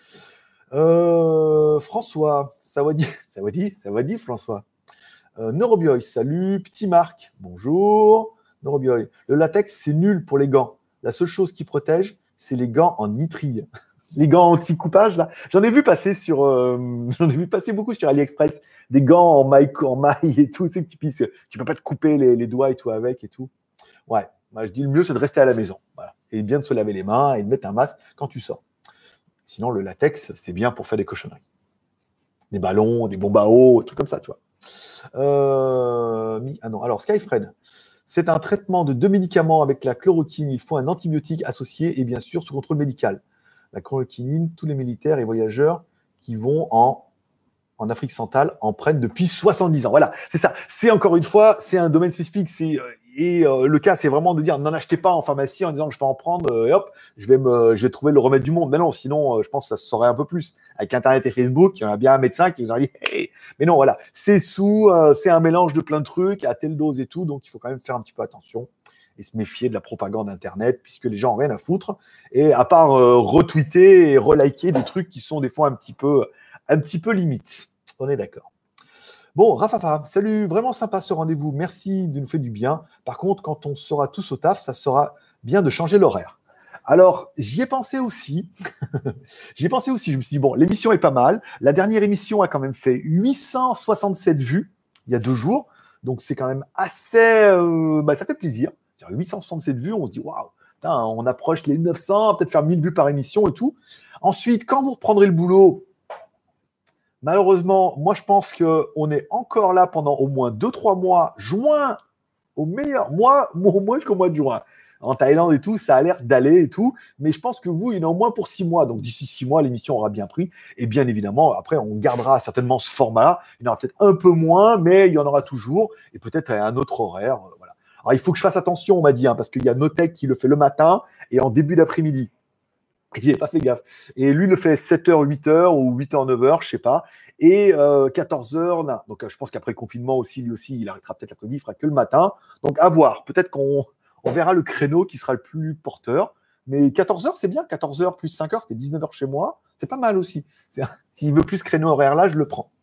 Euh, François, ça va dire, ça va dire, ça va dire, François. Euh, Neurobioy, salut. Petit Marc, bonjour. Neurobioy, le latex, c'est nul pour les gants. La seule chose qui protège, c'est les gants en nitrille. Les gants anti-coupage, là. J'en ai vu passer sur, euh, j'en ai vu passer beaucoup sur AliExpress. Des gants en maille, en maille et tout. C'est que tu puisses, tu peux pas te couper les, les doigts et tout avec et tout. Ouais. Moi, je dis le mieux, c'est de rester à la maison. Voilà. Et bien de se laver les mains et de mettre un masque quand tu sors. Sinon, le latex, c'est bien pour faire des cochonneries. Des ballons, des bombes à eau, des trucs comme ça, tu vois. Euh, ah non, alors Skyfred, c'est un traitement de deux médicaments avec la chloroquine. Il faut un antibiotique associé et bien sûr sous contrôle médical. La chloroquine, tous les militaires et voyageurs qui vont en, en Afrique centrale en prennent depuis soixante-dix ans. Voilà, c'est ça. C'est encore une fois, c'est un domaine spécifique. C'est, et euh, le cas, c'est vraiment de dire n'en achetez pas en pharmacie en disant que je peux en prendre euh, et hop, je vais, me, je vais trouver le remède du monde. Mais non, sinon, euh, je pense que ça se saurait un peu plus. Avec Internet et Facebook, il y en a bien un médecin qui nous a dit hey. Mais non, voilà, c'est sous, euh, c'est un mélange de plein de trucs à telle dose et tout. Donc, il faut quand même faire un petit peu attention et se méfier de la propagande Internet puisque les gens n'ont rien à foutre. Et à part euh, retweeter et reliker des trucs qui sont des fois un petit peu, un petit peu limites. On est d'accord. Bon, Rafafa, salut, vraiment sympa ce rendez-vous. Merci de nous faire du bien. Par contre, quand on sera tous au taf, ça sera bien de changer l'horaire. Alors, j'y ai pensé aussi. j'y ai pensé aussi. Je me suis dit, bon, l'émission est pas mal. La dernière émission a quand même fait huit cent soixante-sept vues il y a deux jours. Donc, c'est quand même assez... Euh, bah, ça fait plaisir. huit cent soixante-sept vues, on se dit, waouh, on approche les neuf cents, peut-être faire mille vues par émission et tout. Ensuite, quand vous reprendrez le boulot, malheureusement, moi, je pense qu'on est encore là pendant au moins deux trois mois, juin, au meilleur, moi, au moins jusqu'au mois de juin. En Thaïlande et tout, ça a l'air d'aller et tout. Mais je pense que vous, il y en a au moins pour six mois. Donc, d'ici six mois, l'émission aura bien pris. Et bien évidemment, après, on gardera certainement ce format. Il y en aura peut-être un peu moins, mais il y en aura toujours. Et peut-être à un autre horaire. Voilà. Alors, il faut que je fasse attention, on m'a dit, hein, parce qu'il y a Notech qui le fait le matin et en début d'après-midi. Et j'ai pas fait gaffe. Et lui le fait sept heures, huit heures ou huit heures, neuf heures, je sais pas. Et euh, quatorze heures, non. Donc je pense qu'après le confinement aussi, lui aussi, il arrêtera peut-être l'après-midi, il fera que le matin. Donc à voir. Peut-être qu'on On verra le créneau qui sera le plus porteur. Mais quatorze heures, c'est bien. quatorze heures plus cinq heures, ça fait dix-neuf heures chez moi. C'est pas mal aussi. S'il veut plus ce créneau horaire là, je le prends.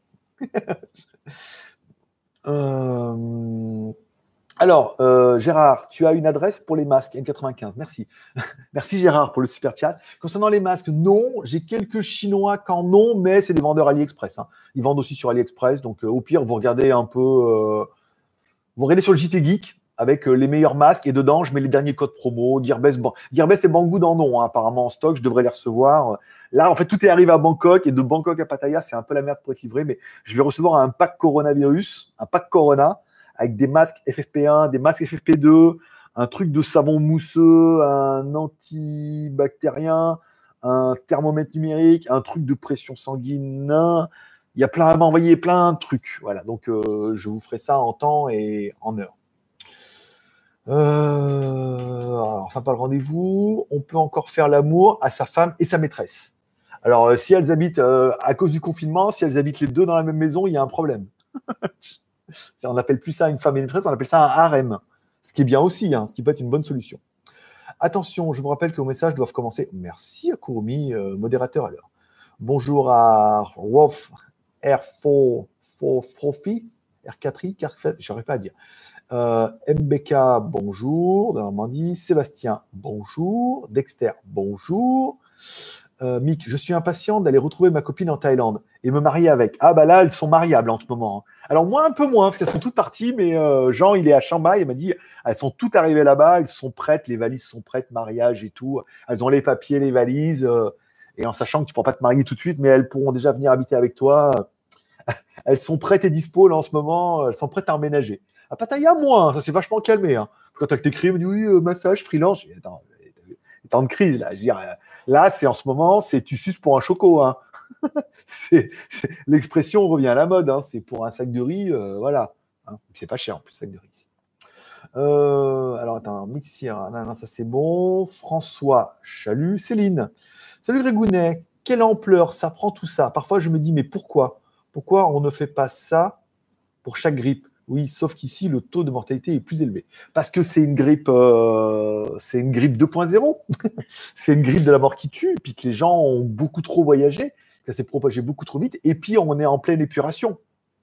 euh... Alors, euh, Gérard, tu as une adresse pour les masques N quatre-vingt-quinze. Merci. Merci Gérard pour le super chat. Concernant les masques, non. J'ai quelques Chinois qui en ont, mais c'est des vendeurs AliExpress. Hein. Ils vendent aussi sur AliExpress. Donc, euh, au pire, vous regardez un peu... Euh... Vous regardez sur le J T Geek avec euh, les meilleurs masques. Et dedans, je mets les derniers codes promo. Gearbest, Ban... Gearbest et Banggood en ont, hein, apparemment en stock. Je devrais les recevoir. Là, en fait, tout est arrivé à Bangkok. Et de Bangkok à Pattaya, c'est un peu la merde pour être livré. Mais je vais recevoir un pack coronavirus, un pack Corona, avec des masques F F P un, des masques F F P deux, un truc de savon mousseux, un antibactérien, un thermomètre numérique, un truc de pression sanguine. Il y a plein à m'envoyer, plein de trucs. Voilà, donc euh, je vous ferai ça en temps et en heure. Euh, alors, sympa le rendez-vous. On peut encore faire l'amour à sa femme et sa maîtresse. Alors, euh, si elles habitent, euh, à cause du confinement, si elles habitent les deux dans la même maison, il y a un problème. On n'appelle plus ça une femme et une maîtresse, on appelle ça un harem. Ce qui est bien aussi, hein, ce qui peut être une bonne solution. Attention, je vous rappelle que vos messages doivent commencer. Merci à Kurumi, euh, modérateur à l'heure. Bonjour à Wolf R quatre Fofi, R quatre I, je n'arrive pas à dire. Euh, M B K, bonjour. De Normandie. Sébastien, bonjour. Dexter, bonjour. Euh, Mick, je suis impatient d'aller retrouver ma copine en Thaïlande et me marier avec. Ah bah là, elles sont mariables en ce moment. Alors moi, un peu moins, parce qu'elles sont toutes parties, mais euh, Jean, il est à Chiang Mai, il m'a dit, elles sont toutes arrivées là-bas, elles sont prêtes, les valises sont prêtes, mariage et tout. Elles ont les papiers, les valises, euh, et en sachant que tu ne pourras pas te marier tout de suite, mais elles pourront déjà venir habiter avec toi. Elles sont prêtes et dispo là en ce moment, elles sont prêtes à emménager. À Pattaya, moins, ça s'est vachement calmé. Hein. Quand elles t'écrivent, elles me disent, oui, euh, massage, freelance. Je dis, attends, temps de crise, là. Je veux dire, là, c'est en ce moment, c'est tu suces pour un choco. Hein. c'est, c'est, l'expression revient à la mode. Hein. C'est pour un sac de riz, euh, voilà. Hein. C'est pas cher en plus, sac de riz. Euh, alors, attends, Mixir, non, non, ça c'est bon. François, Chalut, Céline. Salut Grégounet, quelle ampleur ça prend tout ça? Parfois, je me dis, mais pourquoi? Pourquoi on ne fait pas ça pour chaque grippe? Oui, sauf qu'ici, le taux de mortalité est plus élevé. Parce que c'est une grippe, euh, c'est une grippe deux point zéro. C'est une grippe de la mort qui tue, puis que les gens ont beaucoup trop voyagé, ça s'est propagé beaucoup trop vite, et puis on est en pleine épuration.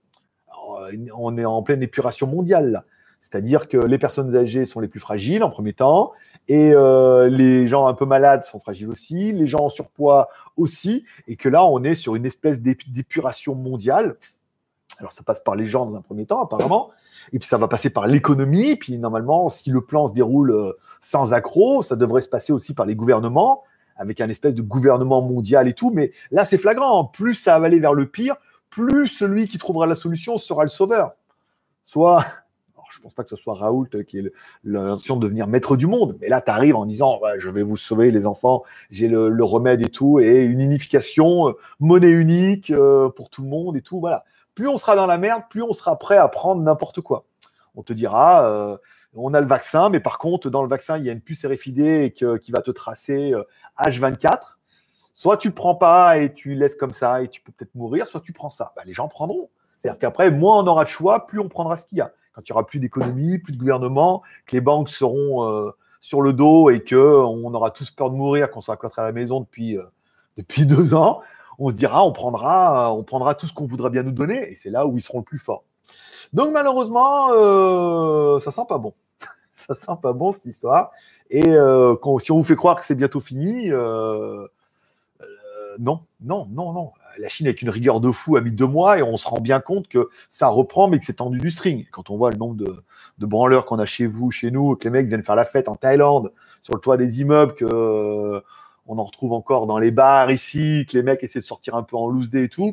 Alors, on est en pleine épuration mondiale, là. C'est-à-dire que les personnes âgées sont les plus fragiles en premier temps, et euh, les gens un peu malades sont fragiles aussi, les gens en surpoids aussi, et que là, on est sur une espèce d'épuration mondiale. Alors, ça passe par les gens dans un premier temps, apparemment, et puis ça va passer par l'économie, et puis normalement, si le plan se déroule sans accroc, ça devrait se passer aussi par les gouvernements, avec un espèce de gouvernement mondial et tout, mais là, c'est flagrant. Plus ça va aller vers le pire, plus celui qui trouvera la solution sera le sauveur. Soit... Je ne pense pas que ce soit Raoult qui ait l'intention de devenir maître du monde. Mais là, tu arrives en disant ouais, « je vais vous sauver les enfants, j'ai le, le remède et tout, et une unification, euh, monnaie unique euh, pour tout le monde et tout. » Voilà. Plus on sera dans la merde, plus on sera prêt à prendre n'importe quoi. On te dira euh, on a le vaccin, mais par contre, dans le vaccin, il y a une puce R F I D et que, qui va te tracer euh, H vingt-quatre. Soit tu ne le prends pas et tu laisses comme ça et tu peux peut-être mourir, soit tu prends ça. Ben, les gens prendront. C'est-à-dire qu'après, moins on aura de choix, plus on prendra ce qu'il y a. Quand il n'y aura plus d'économie, plus de gouvernement, que les banques seront euh, sur le dos et qu'on aura tous peur de mourir, qu'on sera cloîtré à la maison depuis, euh, depuis deux ans, on se dira on prendra, on prendra tout ce qu'on voudra bien nous donner et c'est là où ils seront le plus forts. Donc malheureusement, euh, ça sent pas bon. Ça sent pas bon cette histoire. Et euh, quand, si on vous fait croire que c'est bientôt fini, euh, euh, non, non, non, non. La Chine, avec une rigueur de fou, a mis deux mois et on se rend bien compte que ça reprend, mais que c'est tendu du string. Quand on voit le nombre de, de branleurs qu'on a chez vous, chez nous, que les mecs viennent faire la fête en Thaïlande, sur le toit des immeubles, qu'on euh, en retrouve encore dans les bars ici, que les mecs essaient de sortir un peu en loose day et tout.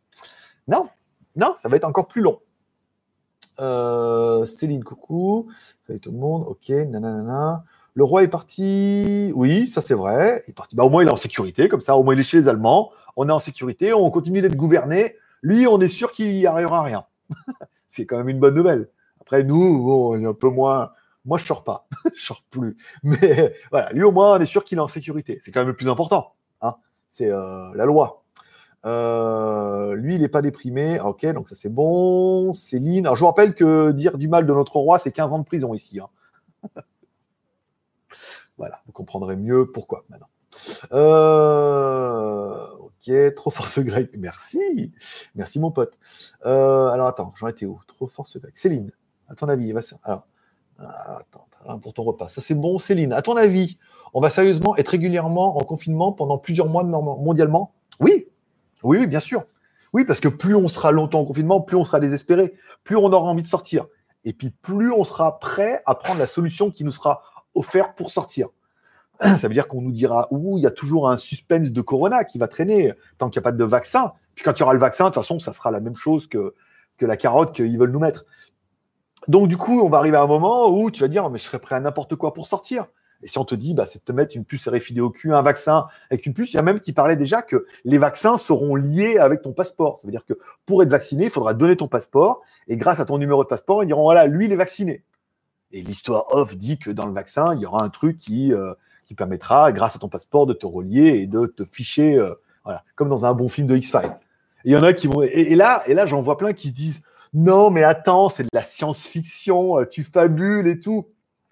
Non, non, ça va être encore plus long. Euh, Céline, coucou. Salut tout le monde. Ok, nanana. Le roi est parti. Oui, ça c'est vrai. Il est parti. Bah, au moins, il est en sécurité. Comme ça, au moins, il est chez les Allemands. On est en sécurité. On continue d'être gouverné. Lui, on est sûr qu'il n'y arrivera rien. C'est quand même une bonne nouvelle. Après, nous, bon, on est un peu moins. Moi, je ne sors pas. Je ne sors plus. Mais voilà, lui, au moins, on est sûr qu'il est en sécurité. C'est quand même le plus important. Hein. C'est euh, la loi. Euh, lui, il n'est pas déprimé. Ok, donc ça, c'est bon. Céline. Alors, je vous rappelle que dire du mal de notre roi, c'est quinze ans de prison ici. Hein. Voilà, vous comprendrez mieux pourquoi maintenant. Euh, ok, trop force Greg, merci, merci mon pote. Euh, alors attends, j'en étais où? Trop force Greg. Céline, à ton avis, va alors, attends, attends, pour ton repas, ça c'est bon. Céline, à ton avis, on va sérieusement être régulièrement en confinement pendant plusieurs mois mondialement? Oui, oui, oui, bien sûr. Oui, parce que plus on sera longtemps en confinement, plus on sera désespéré, plus on aura envie de sortir. Et puis plus on sera prêt à prendre la solution qui nous sera offerte pour sortir. Ça veut dire qu'on nous dira, ouh, il y a toujours un suspense de corona qui va traîner tant qu'il n'y a pas de vaccin. Puis quand il y aura le vaccin, de toute façon, ça sera la même chose que, que la carotte qu'ils veulent nous mettre. Donc du coup, on va arriver à un moment où tu vas dire, mais je serais prêt à n'importe quoi pour sortir. Et si on te dit, bah, c'est de te mettre une puce R F I D au cul, un vaccin avec une puce, il y a même qui parlait déjà que les vaccins seront liés avec ton passeport. Ça veut dire que pour être vacciné, il faudra donner ton passeport et grâce à ton numéro de passeport, ils diront, voilà, lui, il est vacciné. Et l'histoire off dit que dans le vaccin, il y aura un truc qui, euh, qui permettra, grâce à ton passeport, de te relier et de te ficher, euh, voilà, comme dans un bon film de X-Files. Et il y en a qui vont... Et, et là, et là j'en vois plein qui se disent, non, mais attends, c'est de la science-fiction, tu fabules et tout.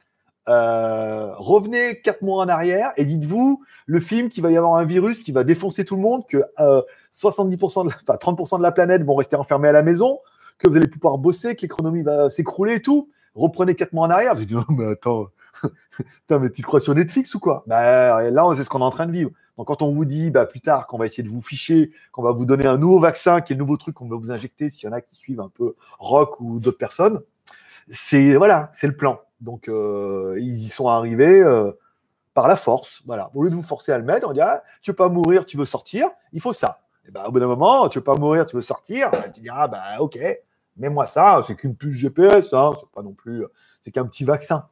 Euh, revenez quatre mois en arrière et dites-vous le film qu'il va y avoir un virus qui va défoncer tout le monde, que euh, soixante-dix pour cent de la, enfin, trente pour cent de la planète vont rester enfermés à la maison, que vous allez pouvoir bosser, que l'économie va s'écrouler et tout. Reprenez quatre mois en arrière, vous dites oh, mais attends, putain, mais tu te crois sur Netflix ou quoi? Bah là, c'est ce qu'on est en train de vivre. Donc quand on vous dit bah, plus tard qu'on va essayer de vous ficher, qu'on va vous donner un nouveau vaccin, qui est le nouveau truc qu'on va vous injecter, s'il y en a qui suivent un peu Rock ou d'autres personnes, c'est voilà, c'est le plan. Donc, euh, ils y sont arrivés euh, par la force. Voilà. Au lieu de vous forcer à le mettre, on dit ah, tu veux pas mourir, tu veux sortir, il faut ça. Et ben, au bout d'un moment, tu veux pas mourir, tu veux sortir, tu diras bah ok, mets-moi ça, c'est qu'une puce G P S, hein, c'est pas non plus, c'est qu'un petit vaccin.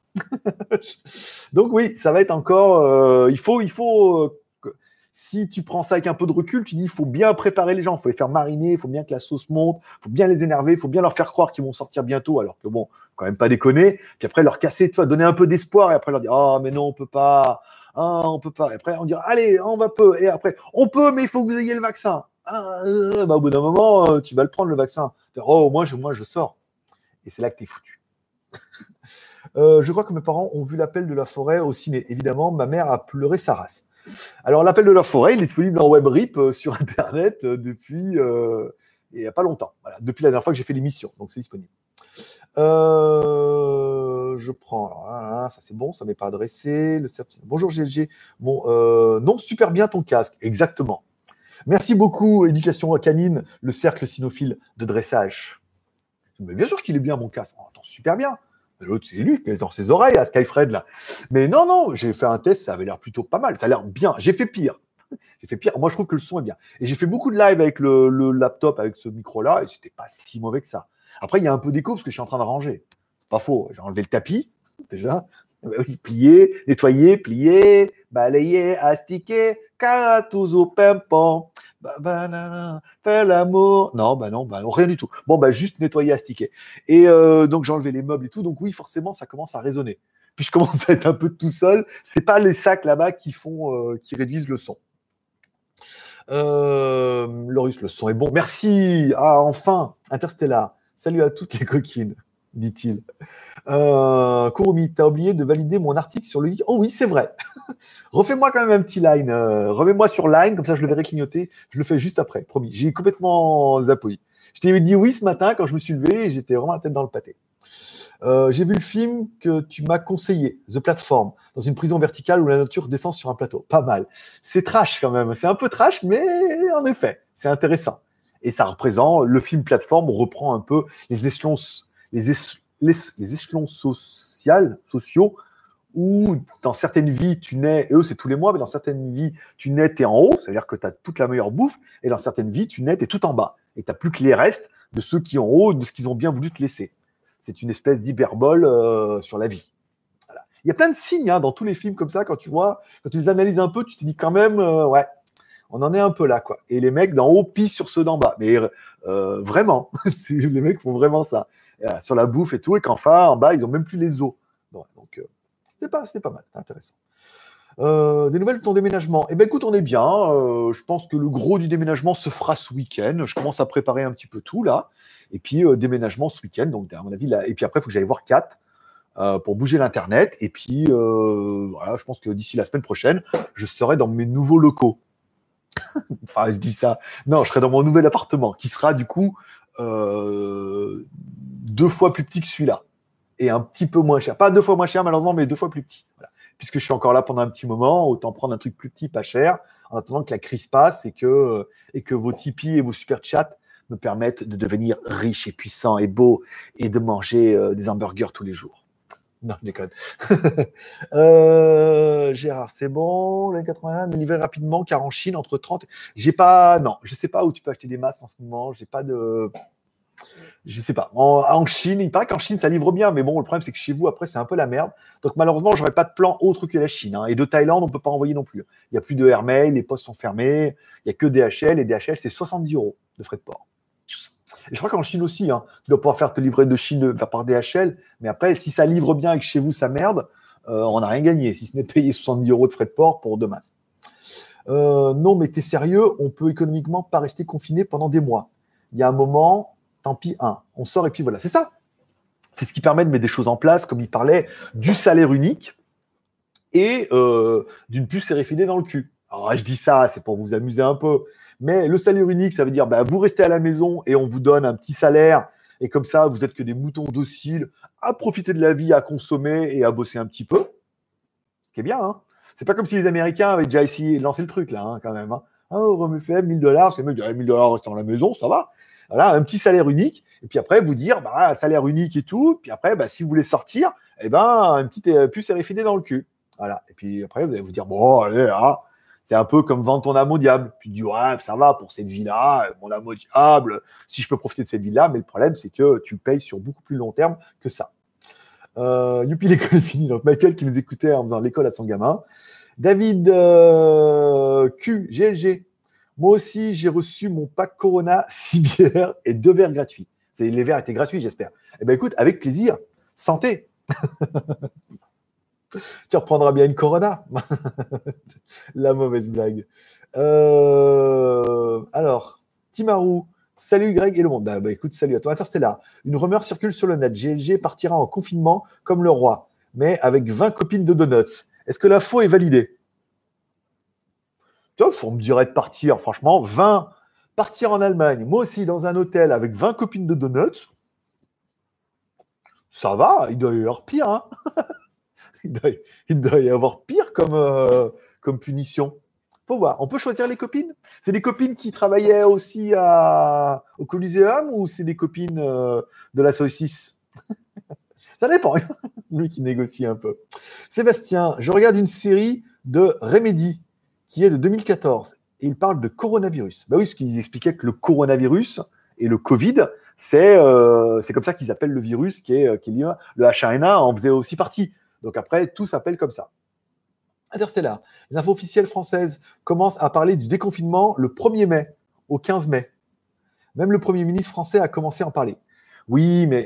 Donc oui, ça va être encore. Euh, il faut, il faut. Euh, que, si tu prends ça avec un peu de recul, tu dis il faut bien préparer les gens, il faut les faire mariner, il faut bien que la sauce monte, il faut bien les énerver, il faut bien leur faire croire qu'ils vont sortir bientôt, alors que bon. Quand même pas déconner, puis après leur casser, tu vois, donner un peu d'espoir, et après leur dire oh mais non on peut pas, ah on peut pas, et après on dire allez on va peu, et après on peut mais il faut que vous ayez le vaccin. Ah, euh, bah, au bout d'un moment euh, tu vas le prendre le vaccin. Oh moi je moi je sors, et c'est là que t'es foutu. euh, je crois que mes parents ont vu l'appel de la forêt au ciné. Évidemment ma mère a pleuré sa race. Alors l'appel de la forêt il est disponible en web rip euh, sur internet euh, depuis euh, il n'y a pas longtemps. Voilà, depuis la dernière fois que j'ai fait l'émission, donc c'est disponible. Euh, je prends. Alors là, là, ça c'est bon, ça m'est pas adressé. Le... Bonjour G L G. Bon, euh, non, super bien ton casque. Exactement. Merci beaucoup, Éducation canine, le cercle cynophile de dressage. Mais bien sûr qu'il est bien mon casque. Oh, attends, super bien. L'autre, c'est lui qui est dans ses oreilles, à Skyfred là. Mais non, non, j'ai fait un test, ça avait l'air plutôt pas mal. Ça a l'air bien. J'ai fait pire. J'ai fait pire. Moi, je trouve que le son est bien. Et j'ai fait beaucoup de live avec le, le laptop, avec ce micro-là, et c'était pas si mauvais que ça. Après, il y a un peu d'écho parce que je suis en train de ranger. C'est pas faux. J'ai enlevé le tapis, déjà. Oui, plier, nettoyer, plier, balayer, astiquer, catouzo pimpon, faire l'amour. Non, bah non, bah non, rien du tout. Bon, bah juste nettoyer, astiquer. Et euh, donc, j'ai enlevé les meubles et tout. Donc, oui, forcément, ça commence à résonner. Puis, je commence à être un peu tout seul. C'est pas les sacs là-bas qui font, euh, qui réduisent le son. Euh, Loris, le son est bon. Merci. Ah, enfin, Interstellar. Salut à toutes les coquines, dit-il. Euh, Kurumi, t'as oublié de valider mon article sur le geek. Oh oui, c'est vrai. Refais-moi quand même un petit line. Euh, remets-moi sur line, comme ça je le verrai clignoter. Je le fais juste après, promis. J'ai complètement zappouillé. Je t'ai dit oui ce matin quand je me suis levé et j'étais vraiment la tête dans le pâté. Euh, j'ai vu le film que tu m'as conseillé, The Platform, dans une prison verticale où la nature descend sur un plateau. Pas mal. C'est trash quand même. C'est un peu trash, mais en effet, c'est intéressant. Et ça représente, le film Plateforme reprend un peu les échelons, les, es, les, les échelons social, sociaux où dans certaines vies, tu nais, et eux, c'est tous les mois, mais dans certaines vies, tu nais, t'es en haut, c'est-à-dire que tu as toute la meilleure bouffe, et dans certaines vies, tu nais, t'es tout en bas. Et tu n'as plus que les restes de ceux qui sont en haut, de ce qu'ils ont bien voulu te laisser. C'est une espèce d'hyperbole euh, sur la vie. Voilà. Il y a plein de signes hein, dans tous les films comme ça, quand tu vois, quand tu les analyses un peu, tu te dis quand même, euh, ouais, on en est un peu là, quoi. Et les mecs d'en haut pissent sur ceux d'en bas. Mais euh, vraiment, les mecs font vraiment ça. Euh, sur la bouffe et tout, et qu'enfin, en bas, ils n'ont même plus les os. Bon, donc, euh, c'est pas, c'était pas mal, c'est intéressant. Euh, des nouvelles de ton déménagement? Eh bien, écoute, on est bien. Euh, je pense que le gros du déménagement se fera ce week-end. Je commence à préparer un petit peu tout, là. Et puis, euh, déménagement ce week-end. Donc, à mon avis, là. Et puis après, il faut que j'aille voir Kat. euh, pour bouger l'Internet. Et puis, euh, voilà, je pense que d'ici la semaine prochaine, je serai dans mes nouveaux locaux. Enfin, je dis ça. Non, je serai dans mon nouvel appartement, qui sera du coup euh, deux fois plus petit que celui-là. Et un petit peu moins cher. Pas deux fois moins cher, malheureusement, mais deux fois plus petit. Voilà. Puisque je suis encore là pendant un petit moment, autant prendre un truc plus petit, pas cher, en attendant que la crise passe et que, et que vos Tipeee et vos super chats me permettent de devenir riche et puissant et beau et de manger euh, des hamburgers tous les jours. Non, je déconne. euh, Gérard, c'est bon. Le quatre-vingt-un, me livrer rapidement, car en Chine, entre trente. J'ai pas. Non, je sais pas où tu peux acheter des masques en ce moment. J'ai pas de. Je sais pas. En, en Chine, il paraît qu'en Chine, ça livre bien, mais bon, le problème, c'est que chez vous, après, c'est un peu la merde. Donc, malheureusement, j'aurais pas de plan autre que la Chine. Hein. Et de Thaïlande, on peut pas envoyer non plus. Il n'y a plus de Airmail, les postes sont fermés. Il n'y a que D H L. Et D H L, c'est soixante-dix euros de frais de port. Et je crois qu'en Chine aussi, hein, tu dois pouvoir faire te livrer de Chine par D H L. Mais après, si ça livre bien et que chez vous, ça merde, euh, on n'a rien gagné. Si ce n'est de payer soixante-dix euros de frais de port pour deux masses. Euh, non, mais t'es sérieux, on peut économiquement pas rester confiné pendant des mois. Il y a un moment, tant pis, un. On sort et puis voilà. C'est ça. C'est ce qui permet de mettre des choses en place, comme il parlait, du salaire unique et euh, d'une puce R F I D dans le cul. Alors, je dis ça, c'est pour vous amuser un peu. Mais le salaire unique, ça veut dire bah, vous restez à la maison et on vous donne un petit salaire. Et comme ça, vous êtes que des moutons dociles à profiter de la vie, à consommer et à bosser un petit peu. Ce qui est bien, hein. C'est pas comme si les Américains avaient déjà essayé de lancer le truc, là, hein, quand même. Hein. Ah, on me fait mille dollars, c'est le mec dit mille dollars restant à la maison, ça va. Voilà, un petit salaire unique. Et puis après, vous dire, bah, salaire unique et tout. Puis après, bah, si vous voulez sortir, eh ben, une petite euh, puce R F I D dans le cul. Voilà. Et puis après, vous allez vous dire, bon, allez, là. C'est un peu comme vendre ton âme au diable. Tu te dis, ouais, ça va pour cette vie-là, mon âme au diable, si je peux profiter de cette vie-là. Mais le problème, c'est que tu payes sur beaucoup plus long terme que ça. Euh, youpi, l'école est finie. Donc, Michael qui nous écoutait en faisant l'école à son gamin. David euh, Q, G L G. Moi aussi, j'ai reçu mon pack Corona, six bières et deux verres gratuits. C'est, les verres étaient gratuits, j'espère. Eh bien, écoute, avec plaisir. Santé. Tu reprendras bien une Corona. La mauvaise blague. Euh, alors, Timarou. Salut Greg et le monde. Bah, bah, écoute, salut à toi. Interstellar. Une rumeur circule sur le net. G L G partira en confinement comme le roi, mais avec vingt copines de donuts. Est-ce que l'info est validée? Tu vois, on me dirait de partir, franchement, vingt, partir en Allemagne, moi aussi dans un hôtel avec vingt copines de donuts, ça va, il doit y avoir pire. Hein. il, doit, il doit y avoir pire comme, euh, comme punition. Faut voir, on peut choisir les copines. C'est des copines qui travaillaient aussi à, au Coliseum ou c'est des copines euh, de la saucisse? Ça dépend, lui qui négocie un peu. Sébastien, je regarde une série de Remedy qui est de deux mille quatorze et il parle de coronavirus. Bah oui, parce qu'ils expliquaient que le coronavirus et le Covid, c'est, euh, c'est comme ça qu'ils appellent le virus qui est, qui est lié. Le H un N un en faisait aussi partie. Donc après, tout s'appelle comme ça. Interstellar. Les infos officielles françaises commencent à parler du déconfinement le premier mai, au quinze mai. Même le Premier ministre français a commencé à en parler. Oui, mais...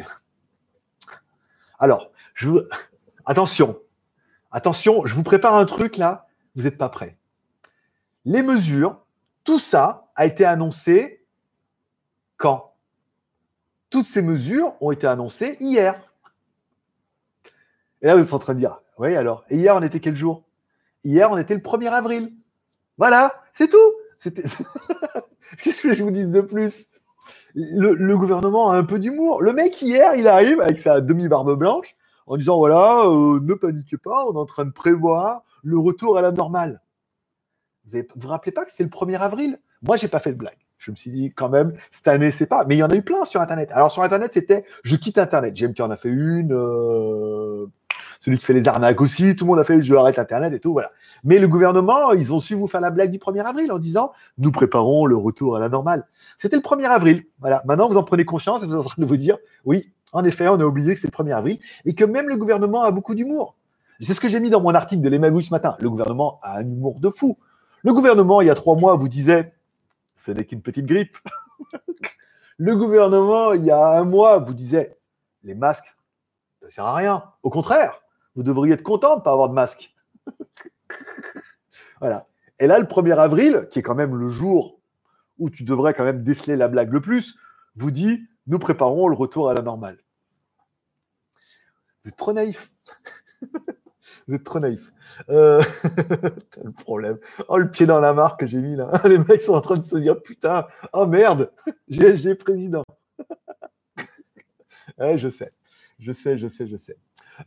Alors, je vous... attention, attention, je vous prépare un truc là, vous n'êtes pas prêts. Les mesures, tout ça a été annoncé quand? Toutes ces mesures ont été annoncées hier. Et là, vous êtes en train de dire, oui alors, et hier on était quel jour? Hier on était le premier avril. Voilà, c'est tout. C'était... Qu'est-ce que je vous dise de plus? Le, le gouvernement a un peu d'humour. Le mec, hier, il arrive avec sa demi-barbe blanche en disant, voilà, euh, ne paniquez pas, on est en train de prévoir le retour à la normale. Vous ne vous rappelez pas que c'est le premier avril? Moi, j'ai pas fait de blague. Je me suis dit, quand même, cette année, c'est pas... Mais il y en a eu plein sur Internet. Alors, sur Internet, c'était, je quitte Internet. J M qui en a fait une... Euh... Celui qui fait les arnaques aussi, tout le monde a fait je arrête Internet et tout, voilà. Mais le gouvernement, ils ont su vous faire la blague du premier avril en disant nous préparons le retour à la normale. C'était le premier avril. Voilà. Maintenant, vous en prenez conscience et vous êtes en train de vous dire oui, en effet, on a oublié que c'est le premier avril et que même le gouvernement a beaucoup d'humour. C'est ce que j'ai mis dans mon article de l'Emmaüs ce matin. Le gouvernement a un humour de fou. Le gouvernement, il y a trois mois, vous disait ce n'est qu'une petite grippe. Le gouvernement, il y a un mois, vous disait les masques, ça ne sert à rien. Au contraire, vous devriez être content de ne pas avoir de masque. Voilà. Et là, le premier avril, qui est quand même le jour où tu devrais quand même déceler la blague le plus, vous dit, nous préparons le retour à la normale. Vous êtes trop naïf. Vous êtes trop naïf. Euh... le problème. Oh, le pied dans la mare que j'ai mis là. Les mecs sont en train de se dire putain, oh merde, G S G président. Ouais, je sais. Je sais, je sais, je sais.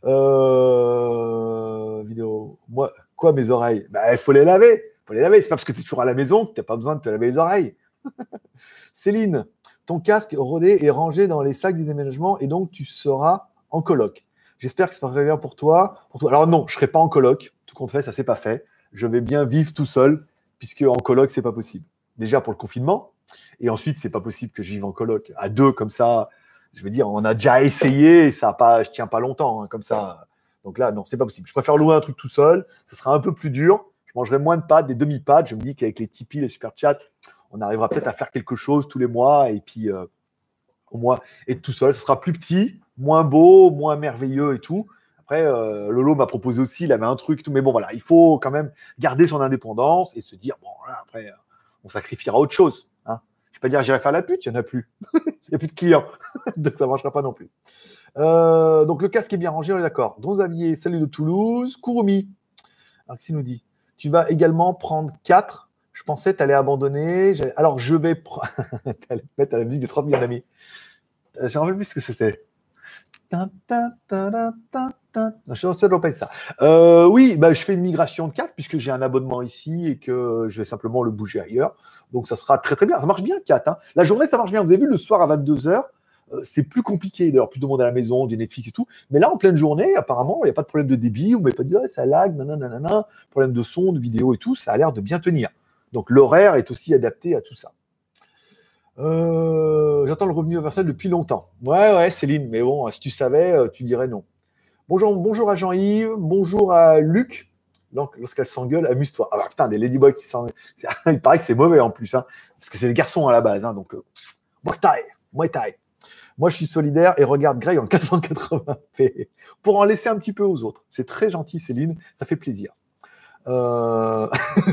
Euh... Vidéo. Moi, quoi, mes oreilles? Bah, il faut les laver. Il faut les laver. C'est pas parce que tu es toujours à la maison que tu n'as pas besoin de te laver les oreilles. Céline, ton casque rodé est rangé dans les sacs du déménagement et donc tu seras en coloc. J'espère que ça va bien pour toi, pour toi. Alors non, je ne serai pas en coloc. Tout compte fait, ça c'est pas fait. Je vais bien vivre tout seul, puisque en coloc, c'est pas possible. Déjà pour le confinement, et ensuite, c'est pas possible que je vive en coloc. À deux, comme ça, je veux dire, on a déjà essayé, et ça a pas, je tiens pas longtemps, hein, comme ça. Donc là, non, c'est pas possible. Je préfère louer un truc tout seul. Ce sera un peu plus dur. Je mangerai moins de pâtes, des demi-pâtes. Je me dis qu'avec les Tipeee, les super chats, on arrivera peut-être à faire quelque chose tous les mois, et puis euh, au moins être tout seul. Ce sera plus petit, moins beau, moins merveilleux et tout. Après, euh, Lolo m'a proposé aussi, il avait un truc, tout, mais bon, voilà, il faut quand même garder son indépendance et se dire, bon, voilà, après, euh, on sacrifiera autre chose. Hein. Je ne vais pas dire, j'irai faire la pute, il n'y en a plus. Il n'y a plus de clients, donc ça ne marchera pas non plus. Euh, donc, le casque est bien rangé, on est d'accord. Don Xavier, salut de Toulouse. Kurumi, alors, qu'est-ce qu'il nous dit? Tu vas également prendre quatre. Je pensais que tu allais abandonner. J'allais... Alors, je vais prendre. Tu allais mettre à la musique des trente millions d'amis. J'ai envie plus ce que c'était. Ta, ta, ta, ta, ta, ta. Je ne sais pas ça. Euh, oui, bah, je fais une migration de quatre puisque j'ai un abonnement ici et que je vais simplement le bouger ailleurs. Donc, ça sera très, très bien. Ça marche bien, quatre. Hein. La journée, ça marche bien. Vous avez vu, le soir à vingt-deux heures, euh, c'est plus compliqué. D'ailleurs, plus de monde à la maison, du Netflix et tout. Mais là, en pleine journée, apparemment, il n'y a pas de problème de débit. Vous ne m'avez pas dit, oh, ça lag, nanana, nanana, problème de son, de vidéo et tout. Ça a l'air de bien tenir. Donc, l'horaire est aussi adapté à tout ça. Euh, j'attends le revenu universel depuis longtemps. Ouais, ouais, Céline, mais bon, si tu savais, tu dirais non. Bonjour, bonjour à Jean-Yves, bonjour à Luc. Donc, lorsqu'elle s'engueule, amuse-toi. Ah bah putain, des ladyboys qui s'engueulent. Il paraît que c'est mauvais en plus, hein, parce que c'est des garçons à la base. Hein, donc, euh, Muay Thai, Muay Thai. Moi, je suis solidaire et regarde Greg en quatre cent quatre-vingts p pour en laisser un petit peu aux autres. C'est très gentil, Céline, ça fait plaisir. Euh...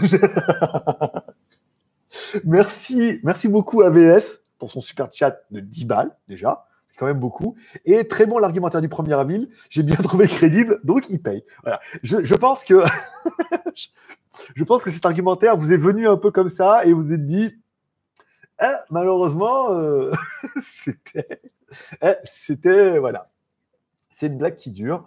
Merci, merci beaucoup à V S pour son super chat de dix balles, déjà. C'est quand même beaucoup. Et très bon l'argumentaire du premier avril. J'ai bien trouvé crédible, donc il paye. Voilà. Je, je pense que je pense que cet argumentaire vous est venu un peu comme ça et vous vous êtes dit eh, malheureusement euh, c'était eh, c'était voilà. C'est une blague qui dure.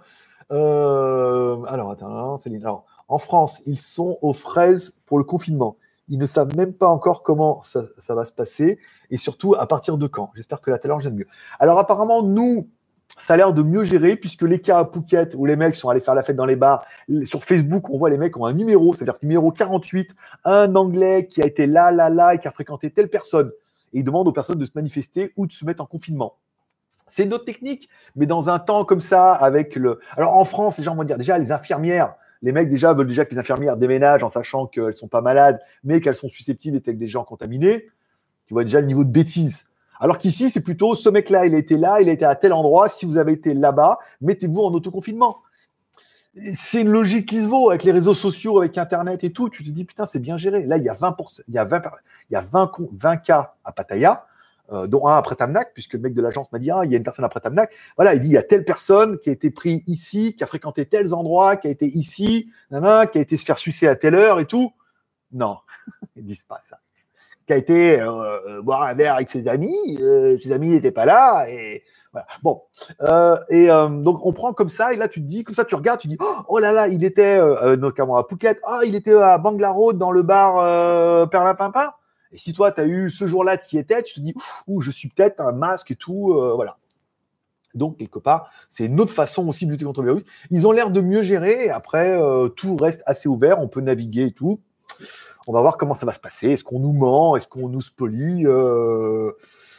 Euh, alors attends, Céline. Alors en France, ils sont aux fraises pour le confinement. Ils ne savent même pas encore comment ça, ça va se passer et surtout à partir de quand. J'espère que la talent gêne mieux. Alors apparemment, nous, ça a l'air de mieux gérer puisque les cas à Phuket où les mecs sont allés faire la fête dans les bars, sur Facebook, on voit les mecs ont un numéro, c'est-à-dire numéro quarante-huit, un Anglais qui a été là, là, là et qui a fréquenté telle personne. Et ils demandent aux personnes de se manifester ou de se mettre en confinement. C'est une autre technique, mais dans un temps comme ça, avec le... Alors en France, les gens vont dire déjà les infirmières, les mecs déjà veulent déjà que les infirmières déménagent en sachant qu'elles ne sont pas malades, mais qu'elles sont susceptibles d'être avec des gens contaminés. Tu vois déjà le niveau de bêtise. Alors qu'ici, c'est plutôt ce mec-là, il a été là, il a été à tel endroit. Si vous avez été là-bas, mettez-vous en autoconfinement. C'est une logique qui se vaut avec les réseaux sociaux, avec Internet et tout. Tu te dis, putain, c'est bien géré. Là, il y a vingt pour cent, il y a vingt, il y a vingt, vingt cas à Pattaya. Euh, dont un après Tamnac, puisque le mec de l'agence m'a dit ah, il y a une personne après Tamnac. Voilà, il dit il y a telle personne qui a été prise ici, qui a fréquenté tels endroits, qui a été ici, nana, qui a été se faire sucer à telle heure et tout. Non, ils disent pas ça. Qui a été euh, boire un verre avec ses amis, euh, ses amis n'étaient pas là et voilà. Bon, euh, et euh, donc on prend comme ça et là tu te dis comme ça, tu regardes, tu dis oh là là, il était euh, notamment à Phuket, ah oh, il était à Bangalore dans le bar euh, Perlimpinpin. Et si toi, tu as eu ce jour-là, tu y étais, tu te dis, ouh, je suis peut-être un masque et tout, euh, voilà. Donc, quelque part, c'est une autre façon aussi de lutter contre le virus. Ils ont l'air de mieux gérer. Et après, euh, tout reste assez ouvert. On peut naviguer et tout. On va voir comment ça va se passer. Est-ce qu'on nous ment? Est-ce qu'on nous spolie? euh...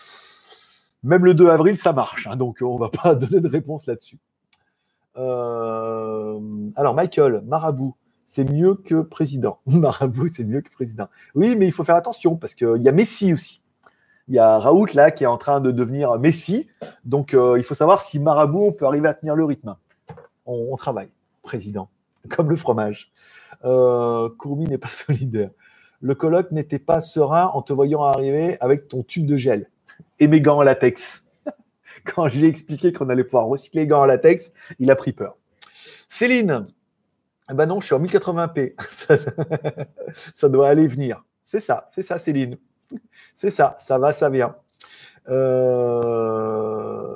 Même le deux avril, ça marche. Hein, donc, on ne va pas donner de réponse là-dessus. Euh... Alors, Michael, Marabout. C'est mieux que président. Marabout, c'est mieux que président. Oui, mais il faut faire attention parce qu'il y a Messi aussi. Il y a Raoult là qui est en train de devenir Messi. Donc, euh, il faut savoir si Marabout, on peut arriver à tenir le rythme. On, on travaille. Président. Comme le fromage. Euh, Courmi n'est pas solidaire. Le colloque n'était pas serein en te voyant arriver avec ton tube de gel et mes gants en latex. quand j'ai expliqué qu'on allait pouvoir recycler les gants en latex, il a pris peur. Céline, eh ben non, je suis en mille quatre-vingts p. Ça doit aller venir. C'est ça, c'est ça, Céline. C'est ça, ça va, ça vient. Euh...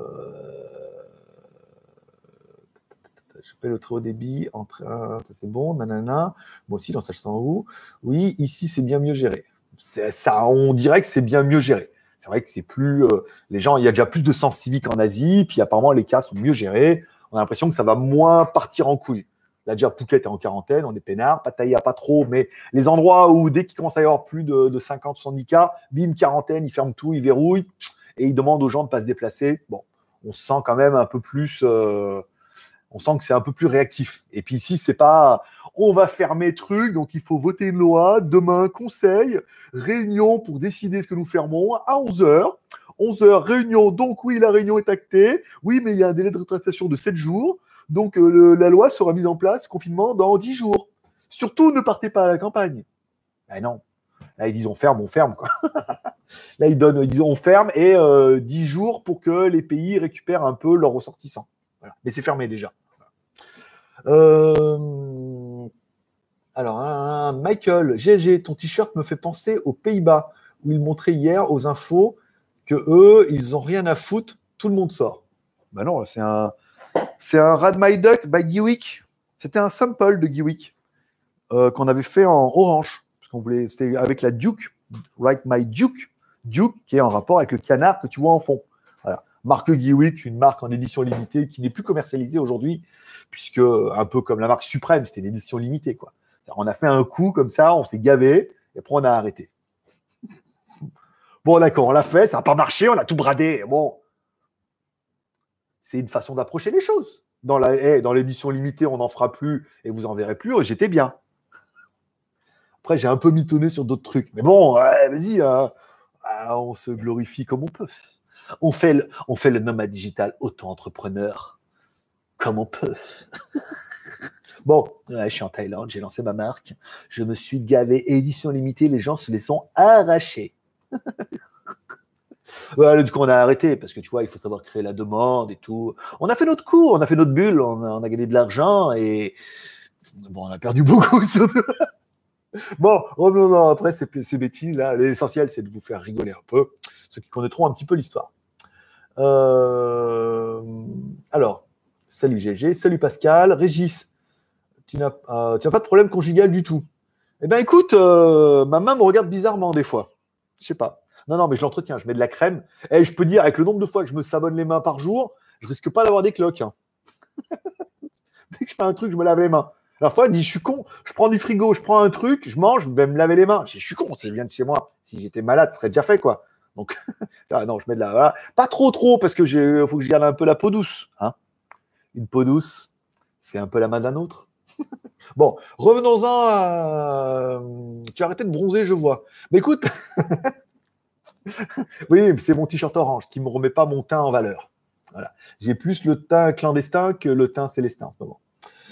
Je fais le très haut débit, entre ça c'est bon, nanana. Moi aussi, dans ça, je sens où. Oui, ici, c'est bien mieux géré. C'est, ça, on dirait que c'est bien mieux géré. C'est vrai que c'est plus. Euh, les gens, il y a déjà plus de sens civique en Asie, puis apparemment, les cas sont mieux gérés. On a l'impression que ça va moins partir en couille. Là, déjà, Phuket est en quarantaine, on est peinard. Pattaya, pas trop, mais les endroits où, dès qu'il commence à y avoir plus de, de cinquante, soixante-dix cas, bim, quarantaine, ils ferment tout, ils verrouillent, et ils demandent aux gens de ne pas se déplacer. Bon, on se sent quand même un peu plus. Euh, on sent que c'est un peu plus réactif. Et puis ici, c'est pas on va fermer truc, donc il faut voter une loi. Demain, conseil, réunion pour décider ce que nous fermons à onze heures. onze heures, réunion. Donc oui, la réunion est actée. Oui, mais il y a un délai de rétractation de sept jours. Donc euh, le, la loi sera mise en place, confinement, dans dix jours. Surtout, ne partez pas à la campagne. Ben non. Là, ils disent on ferme, on ferme, quoi. Là, ils donnent, ils disent on ferme et euh, dix jours pour que les pays récupèrent un peu leurs ressortissants. Voilà. Mais c'est fermé déjà. Euh... Alors, hein, Michael, G G, ton t-shirt me fait penser aux Pays-Bas, où ils montraient hier aux infos que eux, ils n'ont rien à foutre, tout le monde sort. Ben non, c'est un, c'est un Ride My Duck by Geewick. C'était un sample de Geewick euh, qu'on avait fait en orange. Parce qu'on voulait, c'était avec la Duke, Ride My Duke, Duke, qui est en rapport avec le canard que tu vois en fond. Voilà. Marque Geewick, une marque en édition limitée qui n'est plus commercialisée aujourd'hui, puisque un peu comme la marque Suprême, c'était une édition limitée, quoi. On a fait un coup comme ça, on s'est gavé, et après on a arrêté. Bon, d'accord, on l'a fait, ça n'a pas marché, on a tout bradé. Bon, c'est une façon d'approcher les choses. Dans, la, hey, dans l'édition limitée, on n'en fera plus et vous en verrez plus, j'étais bien. Après, j'ai un peu mitonné sur d'autres trucs. Mais bon, ouais, vas-y, hein, on se glorifie comme on peut. On fait le, on fait le nomade digital auto-entrepreneur comme on peut. Bon, ouais, je suis en Thaïlande, j'ai lancé ma marque. Je me suis gavé. Édition limitée, les gens se les sont arrachés. Ouais, du coup, on a arrêté parce que tu vois, il faut savoir créer la demande et tout. On a fait notre coup, on a fait notre bulle, on a, on a gagné de l'argent et bon, on a perdu beaucoup surtout. Bon, oh non, non, après, c'est, c'est bêtises là. L'essentiel, c'est de vous faire rigoler un peu, ceux qui connaîtront un petit peu l'histoire. Euh... Alors, salut G G, salut Pascal, Régis. Tu n'as, euh, tu n'as pas de problème conjugal du tout. Eh bien, écoute, euh, ma main me regarde bizarrement des fois. Je sais pas. Non, non, mais je l'entretiens. Je mets de la crème. Et je peux dire, avec le nombre de fois que je me savonne les mains par jour, je risque pas d'avoir des cloques. Hein. Dès que je fais un truc, je me lave les mains. La fois, elle dit, je suis con. Je prends du frigo, je prends un truc, je mange, je vais me laver les mains. Je dis, je suis con, c'est bien de chez moi. Si j'étais malade, ce serait déjà fait, quoi. Donc, ah, non, je mets de la. Voilà. Pas trop, trop, parce que j'ai, faut que je garde un peu la peau douce. Hein. Une peau douce, c'est un peu la main d'un autre. Bon, revenons-en à... Tu as arrêté de bronzer, je vois. Mais écoute, oui, c'est mon t-shirt orange qui ne me remet pas mon teint en valeur. Voilà. J'ai plus le teint clandestin que le teint célestin en ce moment.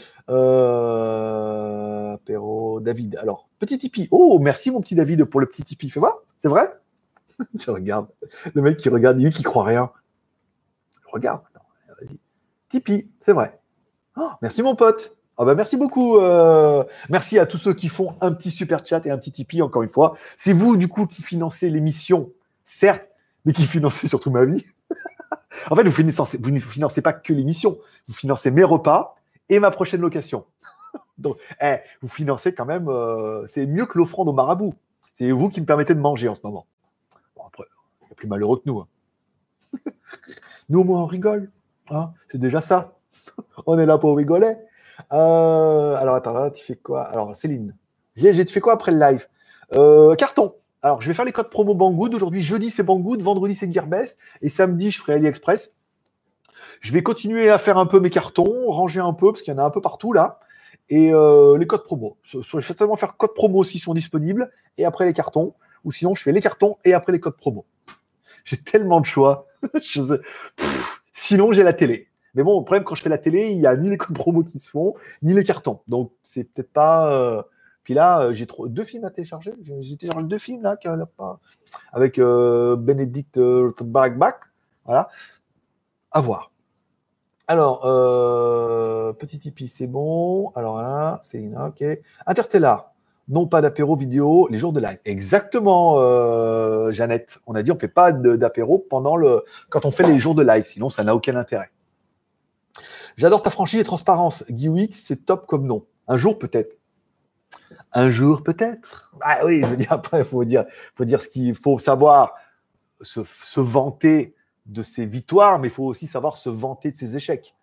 Euh... Apéro, David. Alors, petit Tipeee. Oh, merci mon petit David pour le petit Tipeee. Fais voir, c'est vrai? Je regarde. Le mec qui regarde, lui qui croit rien. Je regarde. Non, vas-y. Tipeee, c'est vrai. Oh, merci mon pote. Ah bah merci beaucoup. Euh, merci à tous ceux qui font un petit super chat et un petit Tipeee, encore une fois. C'est vous, du coup, qui financez l'émission, certes, mais qui financez surtout ma vie. En fait, vous financez, vous ne financez pas que l'émission. Vous financez mes repas et ma prochaine location. Donc, eh, vous financez quand même... Euh, c'est mieux que l'offrande au marabout. C'est vous qui me permettez de manger en ce moment. Bon, après, il y a plus malheureux que nous. Hein. Nous, au moins, on rigole. Hein, c'est déjà ça. On est là pour rigoler. Euh, alors, attends, là, tu fais quoi? Alors, Céline, j'ai, j'ai, tu fais quoi après le live? euh, Carton. Alors, je vais faire les codes promo Banggood. Aujourd'hui, jeudi, c'est Banggood. Vendredi, c'est Gearbest. Et samedi, je ferai AliExpress. Je vais continuer à faire un peu mes cartons, ranger un peu, parce qu'il y en a un peu partout, là. Et euh, les codes promo. Je vais seulement faire codes promo s'ils sont disponibles, et après les cartons. Ou sinon, je fais les cartons et après les codes promo. J'ai tellement de choix. je... Pff, sinon, j'ai la télé. Mais bon, le problème, quand je fais la télé, il n'y a ni les codes promo qui se font, ni les cartons. Donc, c'est peut-être pas... Euh... Puis là, euh, j'ai trop... deux films à télécharger. J'ai, j'ai téléchargé deux films, là, là pas... avec euh, Benedict euh, Cumberbatch. Voilà. À voir. Alors, euh, petit Tipeee, c'est bon. Alors là, Célina, ok. Interstellar. Non, pas d'apéro vidéo, les jours de live. Exactement, euh, Jeannette. On a dit on ne fait pas de- d'apéro pendant le quand on fait les jours de live, sinon ça n'a aucun intérêt. J'adore ta franchise et transparence. Guy Wix, c'est top comme nom. Un jour peut-être. Un jour peut-être. Ah oui, je veux dire, après, il faut dire, faut dire ce qu'il faut savoir, se, se vanter de ses victoires, mais il faut aussi savoir se vanter de ses échecs.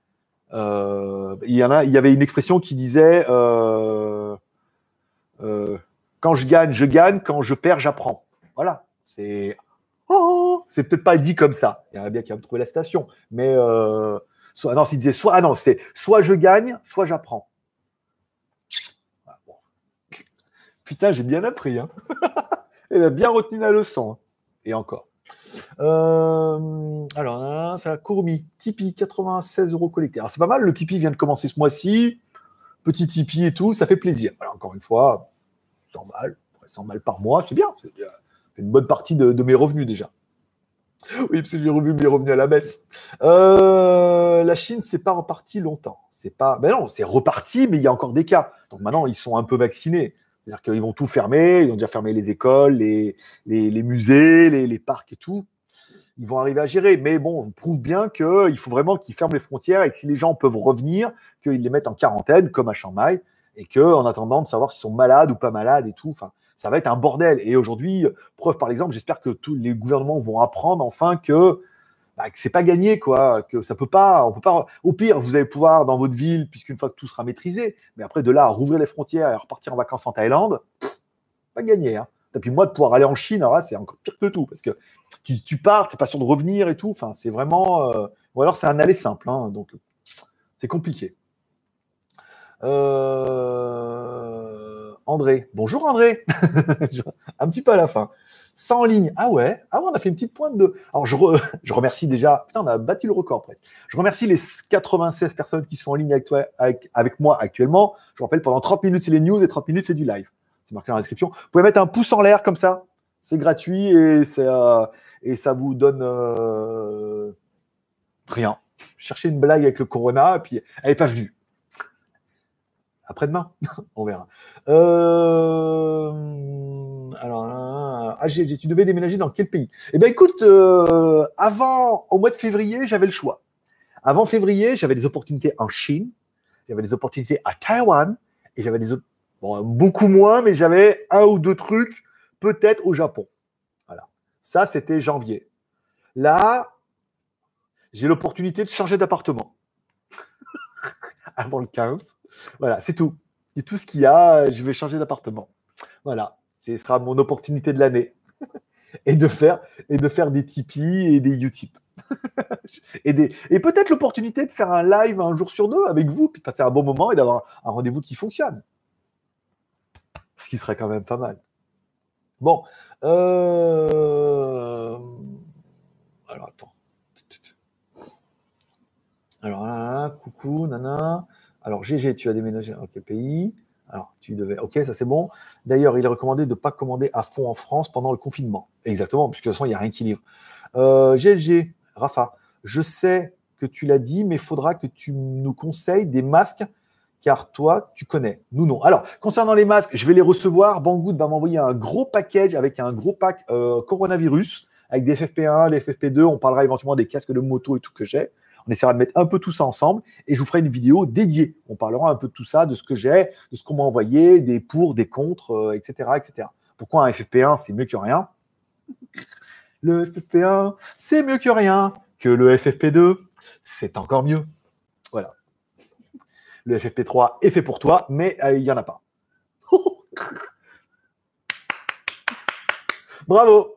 Euh, il y en a, il y avait une expression qui disait euh, euh, quand je gagne, je gagne, quand je perds, j'apprends. Voilà, c'est oh, c'est peut-être pas dit comme ça. Il y aurait bien qu'il va me trouver la citation, mais euh, soit, non, s'il disait soit, ah non, c'était soit je gagne, soit j'apprends. Ah, bon. Putain, j'ai bien appris, hein. Il a bien retenu la leçon, hein. Et encore. Euh, alors, là, ça a Courmi. Tipeee, quatre-vingt-seize euros collectés. Alors, c'est pas mal. Le Tipeee vient de commencer ce mois-ci. Petit Tipeee et tout, ça fait plaisir. Alors, encore une fois, cent balles, cent balles par mois, c'est bien. C'est une bonne partie de, de mes revenus déjà. Oui, parce que j'ai revu mes revenus à la baisse. Euh, la Chine, c'est pas reparti longtemps. C'est pas, ben non, c'est reparti, mais il y a encore des cas. Donc maintenant, ils sont un peu vaccinés. C'est-à-dire qu'ils vont tout fermer. Ils ont déjà fermé les écoles, les, les, les musées, les, les parcs et tout. Ils vont arriver à gérer. Mais bon, on prouve bien qu'il faut vraiment qu'ils ferment les frontières et que si les gens peuvent revenir, qu'ils les mettent en quarantaine, comme à Chiang Mai, et qu'en attendant de savoir s'ils sont malades ou pas malades et tout, enfin, ça va être un bordel. Et aujourd'hui, preuve par exemple, j'espère que tous les gouvernements vont apprendre enfin que, bah, que c'est pas gagné, quoi, que ça peut pas, on peut pas. Au pire, vous allez pouvoir dans votre ville, puisqu'une fois que tout sera maîtrisé, mais après de là à rouvrir les frontières et à repartir en vacances en Thaïlande, pff, pas gagné, hein. Et puis moi, de pouvoir aller en Chine, alors là, c'est encore pire que tout, parce que tu, tu pars, tu n'es pas sûr de revenir et tout. Enfin, c'est vraiment. Euh... Ou alors, c'est un aller simple, hein, donc c'est compliqué. Euh... André. Bonjour, André. Un petit peu à la fin. Ça en ligne. Ah ouais, ah ouais, on a fait une petite pointe de. Alors, je, re... je remercie déjà. Putain, on a battu le record presque. Je remercie les quatre-vingt-seize personnes qui sont en ligne avec, toi, avec, avec moi actuellement. Je vous rappelle, pendant trente minutes, c'est les news et trente minutes, c'est du live. C'est marqué dans la description. Vous pouvez mettre un pouce en l'air comme ça. C'est gratuit et, euh, et ça vous donne euh, rien. Cherchez une blague avec le corona et puis elle n'est pas venue. Après-demain, on verra. Euh... Alors, ah, j'ai, tu devais déménager dans quel pays? Eh bien, écoute, euh, avant, au mois de février, j'avais le choix. Avant février, j'avais des opportunités en Chine, j'avais des opportunités à Taïwan et j'avais des autres. Bon, beaucoup moins, mais j'avais un ou deux trucs, peut-être au Japon. Voilà. Ça, c'était janvier. Là, j'ai l'opportunité de changer d'appartement. Avant le quinze. Voilà, c'est tout. C'est tout ce qu'il y a. Je vais changer d'appartement. Voilà. Ce sera mon opportunité de l'année. et, de faire, et de faire des Tipeee et des Utip. et, des, et peut-être l'opportunité de faire un live un jour sur deux avec vous, puis de passer un bon moment et d'avoir un rendez-vous qui fonctionne. Ce qui serait quand même pas mal. Bon. Euh... Alors, attends. Alors, là, coucou, nana. Alors, G G, tu as déménagé dans quel pays? Alors, tu devais... Ok, ça c'est bon. D'ailleurs, il est recommandé de ne pas commander à fond en France pendant le confinement. Exactement, puisque de toute façon, il n'y a rien qui livre. Euh, G L G, Rafa, je sais que tu l'as dit, mais il faudra que tu nous conseilles des masques car toi, tu connais. Nous, non. Alors, concernant les masques, je vais les recevoir. Banggood va m'envoyer un gros package avec un gros pack euh, coronavirus, avec des F F P un, les F F P deux. On parlera éventuellement des casques de moto et tout que j'ai. On essaiera de mettre un peu tout ça ensemble et je vous ferai une vidéo dédiée. On parlera un peu de tout ça, de ce que j'ai, de ce qu'on m'a envoyé, des pour, des contre, euh, et cetera, et cetera. Pourquoi un F F P un, c'est mieux que rien? Le F F P un, c'est mieux que rien. Que le F F P deux, c'est encore mieux. Voilà. Le F F P trois est fait pour toi, mais il euh, n'y en a pas. Bravo.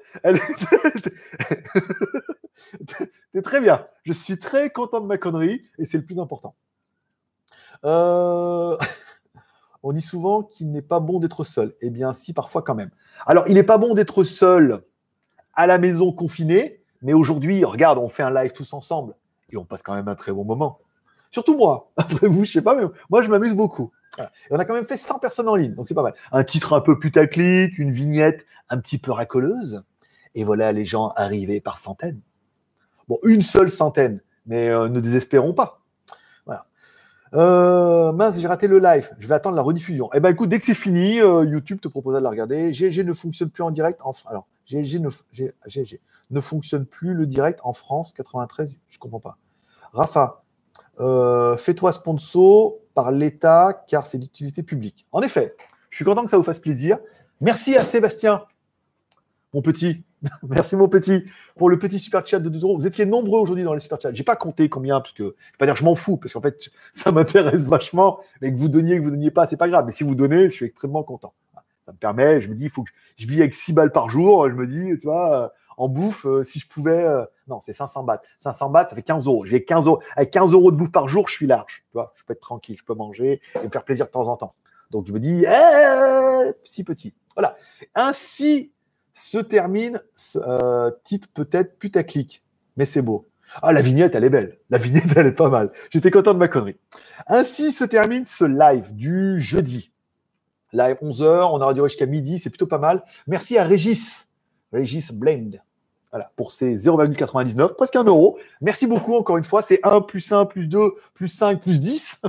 T'es très bien. Je suis très content de ma connerie et c'est le plus important. Euh... On dit souvent qu'il n'est pas bon d'être seul. Eh bien, si, parfois quand même. Alors, il n'est pas bon d'être seul à la maison confiné, mais aujourd'hui, regarde, on fait un live tous ensemble et on passe quand même un très bon moment. Surtout moi. Après vous, je sais pas, mais moi, je m'amuse beaucoup. Voilà. Et on a quand même fait cent personnes en ligne, donc c'est pas mal. Un titre un peu putaclic, une vignette un petit peu racoleuse, et voilà les gens arrivés par centaines. Bon, une seule centaine, mais euh, ne désespérons pas. Voilà. Euh, mince, j'ai raté le live. Je vais attendre la rediffusion. Eh ben, écoute, dès que c'est fini, euh, YouTube te proposera de la regarder. G G ne fonctionne plus en direct. En... Alors, G G ne, G G ne fonctionne plus le direct en France. quatre-vingt-treize, je comprends pas. Rafa, euh, fais-toi sponsor par l'État car c'est d'utilité publique. En effet, je suis content que ça vous fasse plaisir. Merci à Sébastien, mon petit. Merci mon petit pour le petit super chat de deux euros. Vous étiez nombreux aujourd'hui dans les super chats. J'ai pas compté combien parce que je vais pas dire que je m'en fous parce qu'en fait ça m'intéresse vachement. Mais que vous donniez, que vous donniez pas, c'est pas grave. Mais si vous donnez, je suis extrêmement content. Ça me permet. Je me dis, il faut que je vis avec six balles par jour. Je me dis, tu vois, en bouffe, euh, si je pouvais, euh... non, c'est cinq cents bahts. cinq cents bahts, ça fait quinze euros. J'ai quinze euros. Avec quinze euros de bouffe par jour, je suis large. Tu vois, je peux être tranquille, je peux manger et me faire plaisir de temps en temps. Donc je me dis, eh, si petit. Voilà. Ainsi se termine ce euh, titre peut-être putaclic, mais c'est beau. Ah, la vignette, elle est belle. La vignette, elle est pas mal. J'étais content de ma connerie. Ainsi se termine ce live du jeudi. Live onze heures, on aura duré jusqu'à midi, c'est plutôt pas mal. Merci à Régis, Régis Blend, voilà, pour ses zéro virgule quatre-vingt-dix-neuf, presque un euro. Merci beaucoup encore une fois, c'est un, plus un, plus deux, plus cinq, plus dix.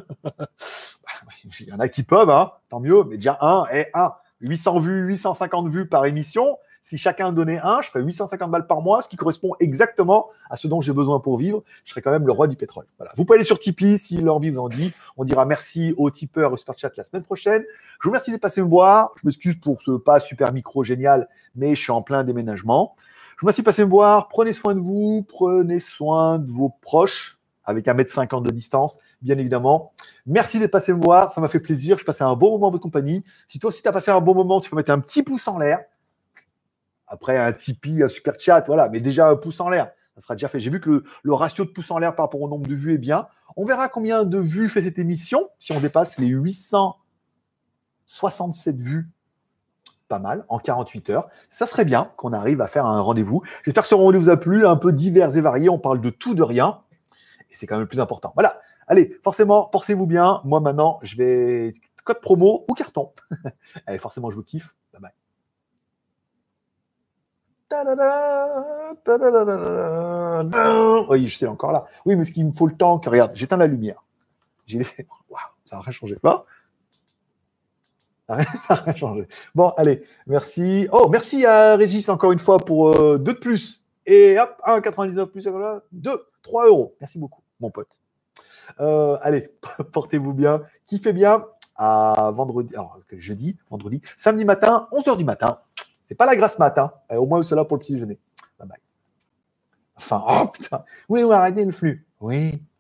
Il y en a qui peuvent, hein, tant mieux, mais déjà un et un. huit cents vues, huit cent cinquante vues par émission. Si chacun donnait un, je ferais huit cent cinquante balles par mois, ce qui correspond exactement à ce dont j'ai besoin pour vivre. Je serais quand même le roi du pétrole. Voilà. Vous pouvez aller sur Tipeee si l'envie vous en dit. On dira merci aux tipeurs et au super chat la semaine prochaine. Je vous remercie de passer me voir. Je m'excuse pour ce pas super micro génial, mais je suis en plein déménagement. Je vous remercie de passer me voir. Prenez soin de vous, prenez soin de vos proches avec un mètre cinquante de distance, bien évidemment. Merci d'être passé me voir. Ça m'a fait plaisir. Je passais un bon moment en votre compagnie. Si toi aussi tu as passé un bon moment, tu peux mettre un petit pouce en l'air. Après, un Tipeee, un super chat, voilà. Mais déjà, un pouce en l'air, ça sera déjà fait. J'ai vu que le, le ratio de pouces en l'air par rapport au nombre de vues est bien. On verra combien de vues fait cette émission. Si on dépasse les huit cent soixante-sept vues, pas mal, en quarante-huit heures. Ça serait bien qu'on arrive à faire un rendez-vous. J'espère que ce rendez-vous vous a plu, un peu divers et varié. On parle de tout, de rien. Et c'est quand même le plus important. Voilà. Allez, forcément, portez-vous bien. Moi, maintenant, je vais... Code promo ou carton. Allez, forcément, je vous kiffe. Bye bye. Oui, je sais encore là. Oui, mais ce qu'il me faut le temps que regarde, j'éteins la lumière. J'ai laissé. Waouh, ça n'a rien changé. Pas Ça n'a rien changé. Bon, allez, merci. Oh, merci à Régis encore une fois pour euh, deux de plus. Et hop, un virgule quatre-vingt-dix-neuf plus, deux, trois euros. Merci beaucoup, mon pote. Euh, allez, portez-vous bien, kiffez bien. À vendredi, alors jeudi, vendredi, samedi matin, onze heures du matin. C'est pas la grasse matin. Hein. Au moins, c'est là pour le petit déjeuner. Bye bye. Enfin, oh putain. Oui, oui, arrêtez le flux. Oui.